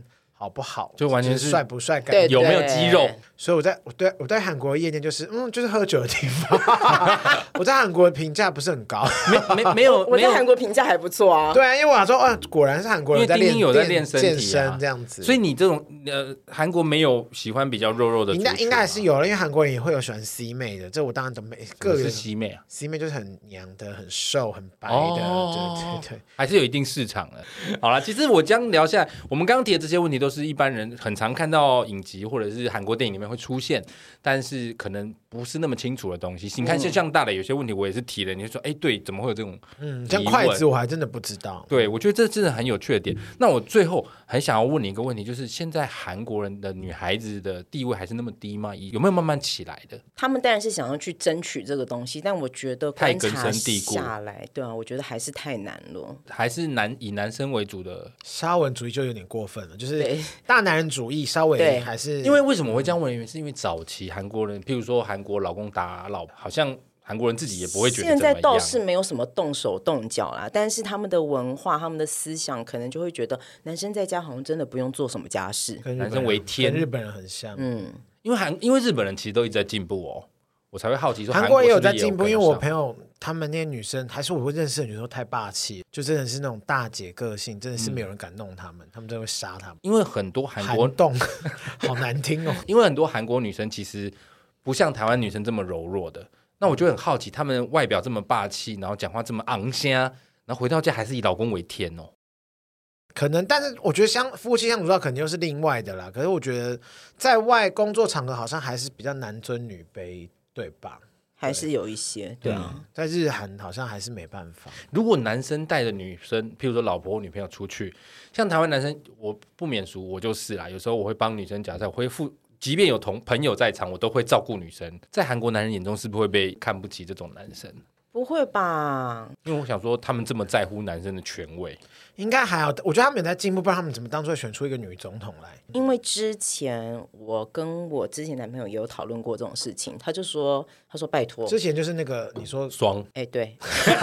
好不好， 就完全是帅不帅概念， 有没有肌肉。 所以我在我对我对韩国的夜店就是嗯，就是喝酒的地方。我在韩国的评价不是很高， 没没没有， 我在韩国评价还不错啊。 对啊，因为我想说，哦，果然是韩国人在练， 有在练身体、 健身这样子。 所以你这种呃，韩国没有喜欢比较肉肉的族群， 应该应该还是有了，因为韩国人也会有喜欢 C 妹的，这我当然都没。个人是 C 妹啊 ，C 妹就是很娘的、很瘦、很白的，哦、对对对， 还是有一定市场的。好啦，其实我这样聊下来，我们刚刚提的这些问题都是一般人很常看到影集或者是韩国电影里面会出现，但是可能不是那么清楚的东西。你看，就像大磊有些问题，我也是提了，你就说，哎，对，怎么会有这种？ 嗯，像筷子我还真的不知道。 对，我觉得这真的很有趣的点。那我最后很想要问你一个问题，就是现在韩国人的女孩子的地位还是那么低吗？有没有慢慢起来的？ 他们当然是想要去争取这个东西，但我觉得观察下来，对啊，我觉得还是太难了， 还是男以男生为主的沙文主义就有点过分了，就是大男人主义稍微还是。 因为为什么我会这样问？是因为早期韩国人，譬如说韩国老公打老婆，好像韩国人自己也不会觉得怎么样。 现在倒是没有什么动手动脚啦，但是他们的文化、他们的思想，可能就会觉得男生在家好像真的不用做什么家事， 男生为天， 跟日本人很像。 嗯， 因为韩因为日本人其实都一直在进步哦。我才会好奇说韩国也有在进步，因为我朋友他们那些女生，还是我会认识的女生太霸气，就真的是那种大姐个性，真的是没有人敢弄他们，嗯、他们真的会杀他们。 因为很多韩国动好难听哦， 因为很多韩国女生其实不像台湾女生这么柔弱的。那我就很好奇，他们外表这么霸气，然后讲话这么昂声，然后回到家还是以老公为天哦。 可能，但是我觉得相夫妻相处到肯定又是另外的啦。可是我觉得在外工作场合好像还是比较男尊女卑。对吧？ 还是有一些，对啊、 嗯，在日韩好像还是没办法。 如果男生带着女生，譬如说老婆或女朋友出去，像台湾男生，我不免俗，我就是啦。有时候我会帮女生夹菜，我会付，即便有同朋友在场，我都会照顾女生。在韩国男人眼中，是不是会被看不起这种男生？ 不会吧？ 因为我想说，他们这么在乎男生的权威。 应该还好，我觉得他们有在进步，不然他们怎么当初选出一个女总统来？ 因为之前我跟我之前男朋友也有讨论过这种事情，他就说，他说拜托， 之前就是那个你说双， 哎，对，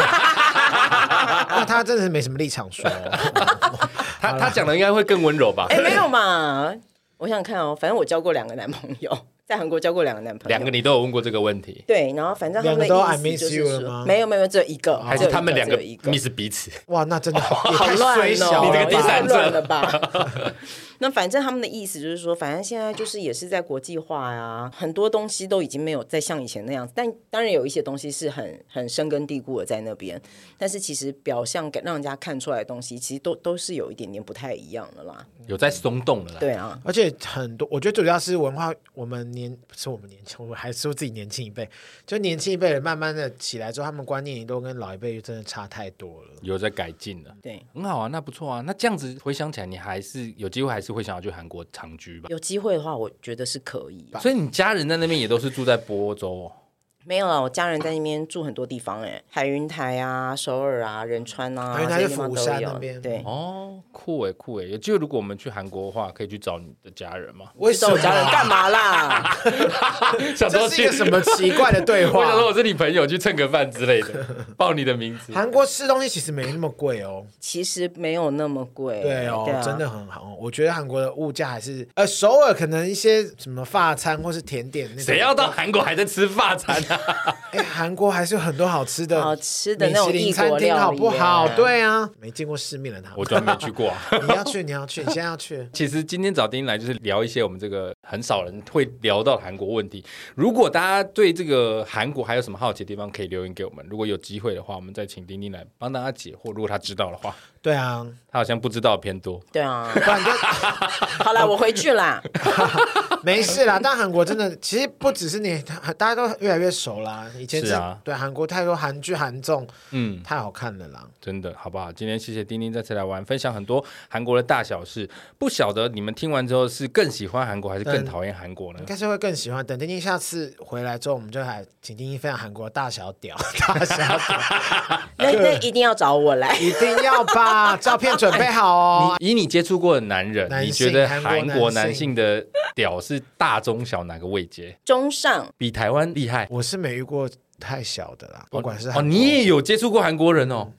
那他真的是没什么立场说， 他他讲的应该会更温柔吧？ 哎，没有嘛，我想想看哦，反正我交过两个男朋友。在韩国交过两个男朋友， 两个你都有问过这个问题？ 对，然后反正他们的意思就是说，没有没有，只有一个， 还是他们两个 miss 彼此？ 哇，那真的好好乱哦！ 你这个第三者了吧？那反正他们的意思就是说，反正现在就是也是在国际化呀，很多东西都已经没有再像以前那样子，但当然有一些东西是很很深根蒂固的在那边，但是其实表象给让人家看出来的东西，其实都都是有一点点不太一样的啦， 有在松动了啦。 对啊， 而且很多，我觉得主要是文化，我们年不是我们年轻，我还说自己年轻一辈，就年轻一辈人慢慢的起来之后，他们观念也都跟老一辈真的差太多了， 有在改进了， 对， 很好啊，那不错啊。那这样子回想起来，你还是有机会，还是会想要去韩国长居吧？ 有机会的话，我觉得是可以。 所以你家人在那边也都是住在播州哦？ 没有啊，我家人在那边住很多地方，哎，海云台啊、首尔啊、仁川啊， 海云台是釜山那边， 对， 哦，酷哎酷哎。有机会如果我们去韩国的话，可以去找你的家人吗？ 我找我家人干嘛啦？ 想说这是一个什么奇怪的对话？ 我想说我是你朋友，去蹭个饭之类的，报你的名字。 韩国吃东西其实没那么贵哦， 其实没有那么贵， 对哦， 对啊、 真的很好。我觉得韩国的物价还是，呃，首尔可能一些什么法餐或是甜点那种， 谁要到韩国还在吃法餐啊？ 哎，韩国还是有很多好吃的， 好吃的那种异餐厅，好不好？ 啊、 对啊，没见过世面的他， 我专门去过、啊。 你要去，你要去，你现在要去。 其实今天找丁来就是聊一些我们这个很少人会聊到韩国问题。如果大家对这个韩国还有什么好奇的地方，可以留言给我们。如果有机会的话，我们再请丁丁来帮大家解惑。如果他知道的话， 对啊， 他好像不知道偏多。 对啊， 不然就好啦，我回去啦。 没事啦，但韩国真的其实不只是你，大家都越来越熟啦。以前是啊， 对韩国太多韩剧、韩综，嗯，太好看了啦， 真的，好不好？今天谢谢丁丁再次来玩，分享很多韩国的大小事。不晓得你们听完之后是更喜欢韩国还是更讨厌韩国呢？ 应该是会更喜欢。等丁丁下次回来之后，我们就来请丁丁分享韩国的大小屌，大小屌。 那那一定要找我来， 一定要吧？照片准备好哦。 你以你接触过的男人， 男你觉得韩国男性的屌是大中小哪个位阶？ 中上， 比台湾厉害。 我是没遇过太小的啦，不管是哦，你也有接触过韩国人哦。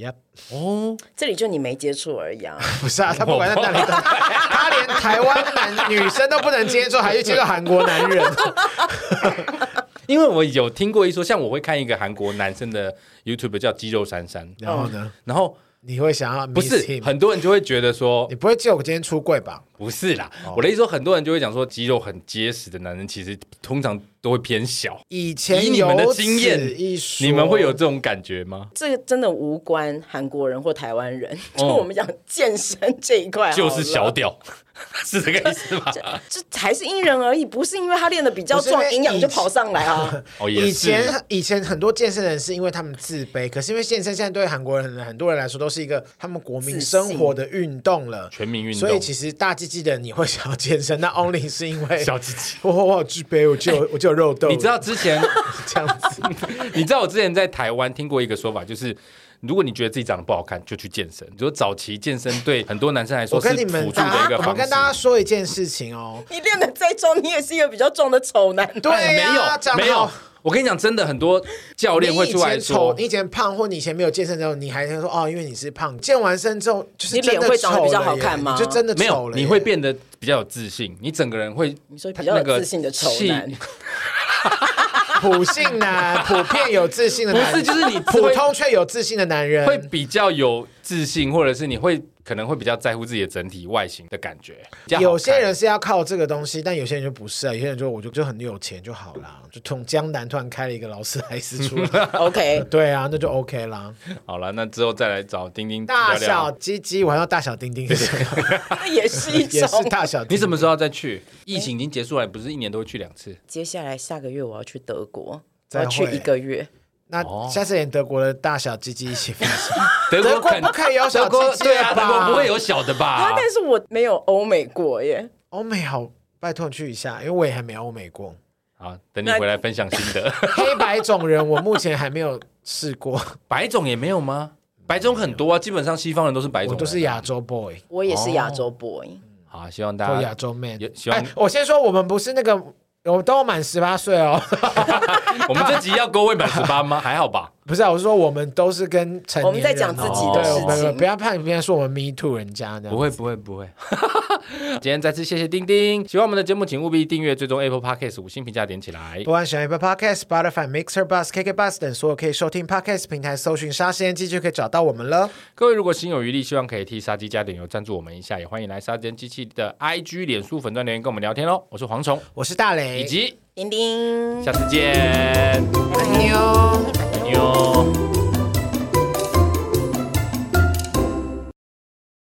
Yep 哦， 这里就你没接触而已啊。 不是啊，他不管在哪里都，他连台湾男女生都不能接受，还去接受韩国男人。 因为我有听过一说，像我会看一个韩国男生的 YouTube 叫肌肉珊珊， 然后呢， 然后你会想要 miss him? 不是很多人就会觉得说， 你不会借我今天出柜吧？ 不是啦，哦、我的意思说，很多人就会讲说，肌肉很结实的男人其实通常都会偏小。 以前以你们的经验，你们会有这种感觉吗？ 这个真的无关韩国人或台湾人，就我们讲健身这一块， 就是小屌。是这个意思吗？ 这还是因人而异，不是因为他练得比较壮，营养就跑上来啊。 哦， 以前以前很多健身人是因为他们自卑，可是因为健身现在对韩国人很多人来说都是一个他们国民生活的运动了， 全民运动。 所以其实大鸡鸡的你会想要健身，那 only 是因为小鸡鸡， 我我好自卑，我就有、欸、我就有肉豆。 你知道之前这样子， 你知道我之前在台湾听过一个说法，就是。如果你觉得自己长得不好看，就去健身。就早期健身对很多男生来说是辅助的一个方式。 我们跟大家说一件事情哦， 你练得再壮，你也是一个比较壮的丑男。 对、啊， 没有没有。我跟你讲，真的很多教练会出来说， 你以前胖或你以前没有健身之后，你还说哦，因为你是胖。健完身之后，就是真的你脸会长得比较好看吗？ 你就真的没有，你会变得比较有自信，你整个人会你说比较有自信的丑男。 普信男，普遍有自信的男人， 不是就是你普通却有自信的男人， 会比较有自信，或者是你会可能会比较在乎自己的整体外形的感觉。 有些人是要靠这个东西，但有些人就不是啊。有些人就我就就很有钱就好啦，就从江南突然开了一个劳斯莱斯出来 ，OK， 对啊，那就 OK 啦。 好了，那之后再来找丁丁大小鸡鸡，我还要大小丁丁， 那也是一种， 也是大小丁丁。 你什么时候要再去？疫情已经结束了，不是一年都会去两次？ 接下来下个月我要去德国。我要去一个月， 那下次连德国的大小鸡鸡一起分享。 德国不可以有小鸡鸡对啊，德国不会有小的吧？ 啊，但是我没有欧美过耶。 欧美好，拜托你去一下，因为我也还没欧美过。 好，等你回来分享心得。 黑白种人我目前还没有试过， 白种也没有吗？白种很多啊，基本上西方人都是白种， 我都是亚洲 boy， 我也是亚洲 boy。 好，希望大家亚洲 man。 希望、 哎、我先说，我们不是那个。我都满十八岁哦， 我们这集要勾未满十八吗？还好吧。 不是啊，我是说我们都是跟成年人， 我们在讲自己的事情， 对，不要怕别人说我们 me too 人家的。 不会不会不会。今天再次谢谢丁丁，喜欢我们的节目请务必订阅、追踪 Apple Podcast 五星评价点起来。 不管喜欢 Apple Podcast、Spotify、Mixer、Bus、K K Bus 等所有可以收听 Podcast 平台，搜寻沙时间机就可以找到我们了。 各位如果心有余力，希望可以替沙鸡加点油赞助我们一下，也欢迎来沙时间机器的 I G、脸书粉专留言跟我们聊天哦。我是蝗虫， 我是大雷， 以及丁丁， 下次见， 安妞， 安妞。